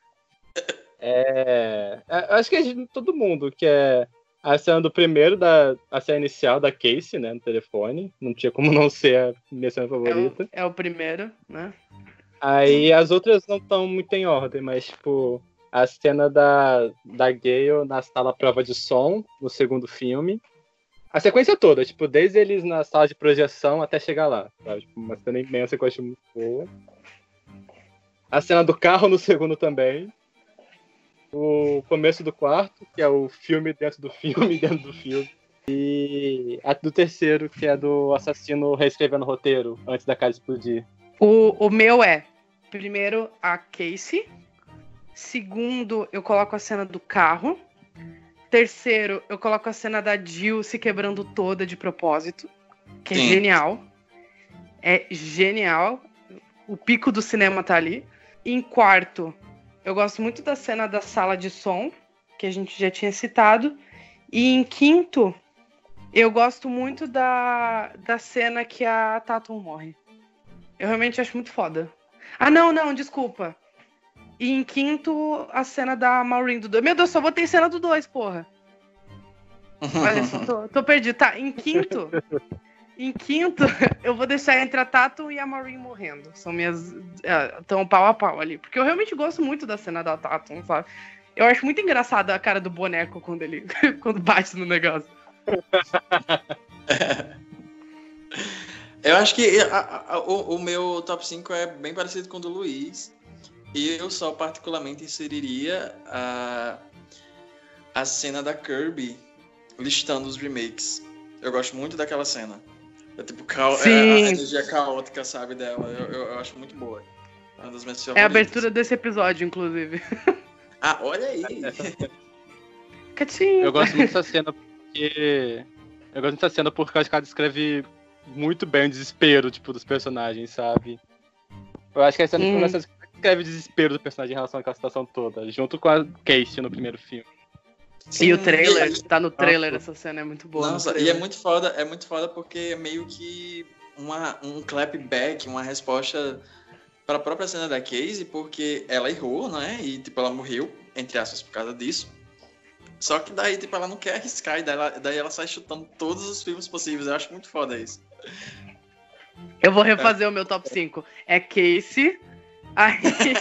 É, é, eu acho que a gente- todo mundo quer a cena do primeiro, da, a cena inicial da Casey, né, no telefone. Não tinha como não ser a minha cena É favorita. o, é o primeiro, né? Aí as outras não estão muito em ordem, mas tipo, a cena da, da Gale na sala prova de som, no segundo filme. A sequência toda, tipo, desde eles na sala de projeção até chegar lá. Sabe? Tipo, uma cena imensa que eu acho muito boa. A cena do carro no segundo também. O começo do quarto, que é o filme dentro do filme dentro do filme. E a do terceiro, que é do assassino reescrevendo o roteiro antes da casa explodir. O, o meu é, primeiro, a Casey. Segundo, eu coloco a cena do carro. Terceiro, eu coloco a cena da Jill se quebrando toda de propósito. Que é Sim. genial. É genial. O pico do cinema tá ali. Em quarto, eu gosto muito da cena da sala de som, que a gente já tinha citado. E em quinto, eu gosto muito da, da cena que a Tatum morre. Eu realmente acho muito foda. Ah, não, não, desculpa. E em quinto, a cena da Maureen do dois. Meu Deus, só botei cena do dois, porra. Olha só, tô, tô perdido. Tá, em quinto... Em quinto, eu vou deixar entre a Tatum e a Maureen morrendo. São minhas... Estão pau a pau ali. Porque eu realmente gosto muito da cena da Tatum, sabe? Eu acho muito engraçada a cara do boneco quando ele... quando bate no negócio. Eu acho que a- a- o, o meu top cinco é bem parecido com o do Luiz. E eu só particularmente inseriria a, a cena da Kirby listando os remakes. Eu gosto muito daquela cena. É tipo, cao- é a, a Sim. energia caótica, sabe, dela. Eu, eu, eu acho muito boa. Uma das minhas É favoritas. a abertura desse episódio, inclusive. Ah, olha aí. Catinho. Eu gosto muito dessa cena porque. Eu gosto muito dessa cena porque eu acho que ela descreve muito bem o desespero, tipo, dos personagens, sabe? Eu acho que a cena Hum. hum. descreve o desespero do personagem em relação àquela situação toda, junto com a Casey no primeiro filme. E o trailer, e- tá no trailer, Nossa. essa cena é muito boa. no Nossa, e trailer. é muito foda, é muito foda porque é meio que uma, um clapback, uma resposta para a própria cena da Casey, porque ela errou, né? E tipo, ela morreu, entre aspas, por causa disso. Só que daí, tipo, ela não quer arriscar, e daí ela, daí ela sai chutando todos os filmes possíveis. Eu acho muito foda isso. Eu vou refazer o meu top cinco. É Casey, aí...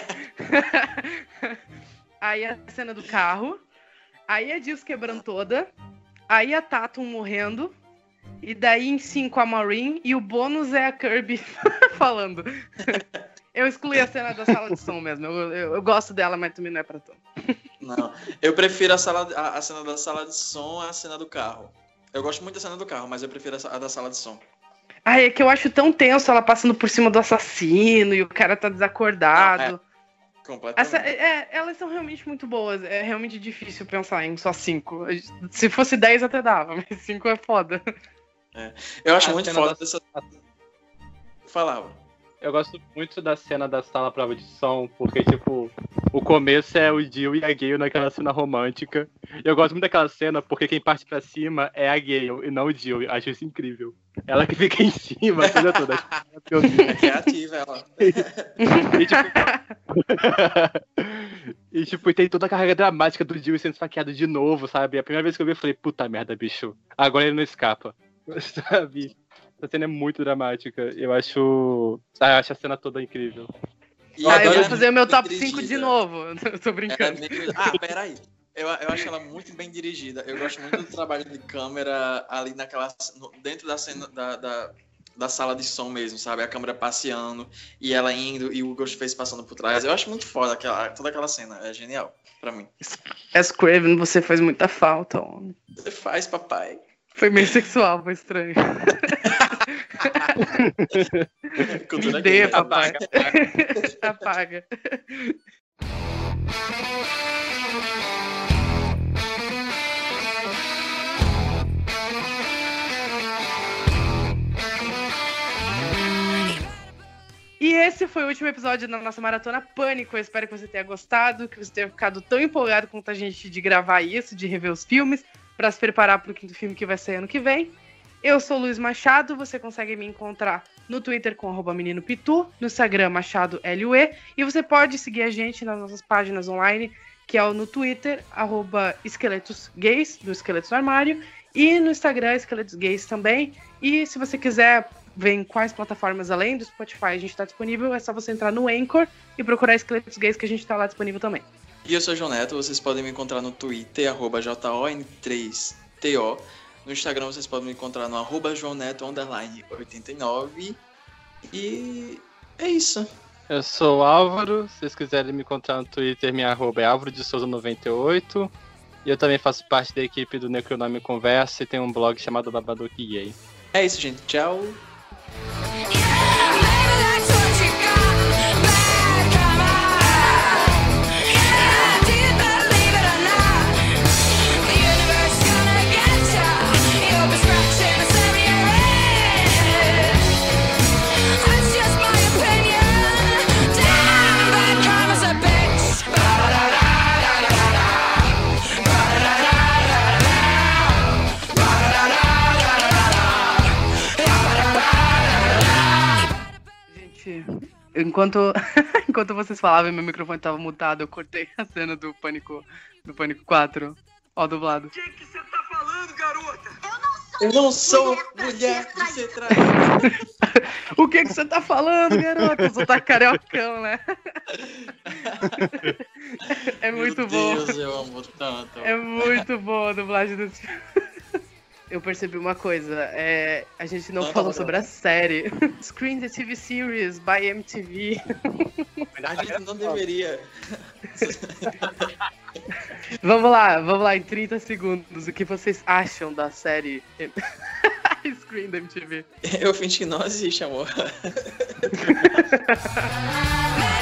aí a cena do carro, aí a Jules quebrando toda, aí a Tatum morrendo, e daí em cinco a Maureen, e o bônus é a Kirby falando. Eu excluí a cena da sala de som mesmo, eu, eu, eu gosto dela, mas também não é pra tanto. Não, eu prefiro a, sala, a, a cena da sala de som à cena do carro. Eu gosto muito da cena do carro, mas eu prefiro a, a da sala de som. Ai, é que eu acho tão tenso ela passando por cima do assassino, e o cara tá desacordado. Não, é, completamente. Essa, é, elas são realmente muito boas. É realmente difícil pensar em só cinco. Se fosse dez até dava, mas cinco é foda. É. Eu acho A muito cena foda da- dessa... Falava. Eu gosto muito da cena da sala prova de som, porque, tipo, o começo é o Jill e a Gale naquela cena romântica. E eu gosto muito daquela cena porque quem parte pra cima é a Gale e não o Jill. Acho isso incrível. Ela que fica em cima, a coisa toda. É criativa ela. E tipo... e tipo, tem toda a carga dramática do Jill sendo esfaqueado de novo, sabe? A primeira vez que eu vi, eu falei, puta merda, bicho. Agora ele não escapa. Sabe? Essa cena é muito dramática. Eu acho. Ah, eu acho a cena toda incrível. E Ah, eu agora vou é fazer o meu muito top dirigida. cinco de novo. Eu tô Ela é brincando. meio- Ah, peraí. Eu, eu acho ela muito bem dirigida. Eu gosto muito do trabalho de câmera ali naquela. no- dentro da cena da, da, da sala de som mesmo, sabe? A câmera passeando e ela indo e o Ghostface passando por trás. Eu acho muito foda aquela, toda aquela cena. É genial pra mim. Wes Craven, você faz muita falta, homem. Você faz, papai. Foi meio sexual, foi estranho. Cultura Me dê, gamer. papai. Apaga. E esse foi o último episódio da nossa Maratona Pânico. Eu espero que você tenha gostado, que você tenha ficado tão empolgado quanto a gente de gravar isso, de rever os filmes, para se preparar para o quinto filme que vai sair ano que vem. Eu sou o Luiz Machado, você consegue me encontrar no Twitter com arroba menino pitu, no Instagram Machado L U E, e você pode seguir a gente nas nossas páginas online, que é o no Twitter, arroba Esqueletos Gays, do Esqueletos no Armário, e no Instagram, Esqueletos Gays também. E se você quiser ver em quais plataformas além do Spotify a gente está disponível, é só você entrar no Anchor e procurar Esqueletos Gays, que a gente está lá disponível também. E eu sou o João Neto, vocês podem me encontrar no Twitter, arroba J O N três T O. No Instagram vocês podem me encontrar no arroba João Neto, underline oitenta e nove. E é isso. Eu sou o Álvaro, se vocês quiserem me encontrar no Twitter, minha arroba é Álvaro de Souza noventa e oito. E eu também faço parte da equipe do Necronome Conversa e tem um blog chamado Babadook Gay. É isso, gente. Tchau. Gente, enquanto, enquanto vocês falavam e meu microfone tava mutado, eu cortei a cena do Pânico, do Pânico quatro. Ó, dublado. O que que você tá falando, garota? Eu não sou mulher de ser traída. O que que você tá falando, garota? Eu sou tá cariocão, né? É muito Meu bom. Deus, eu amo tanto. É muito boa a dublagem desse filme. Eu percebi uma coisa, é, a gente não Não, falou tá bom. sobre a série. Screen the T V Series by M T V. A gente não deveria. Vamos lá, vamos lá, em trinta segundos. O que vocês acham da série Screen da M T V? Eu fingi que não existe, amor.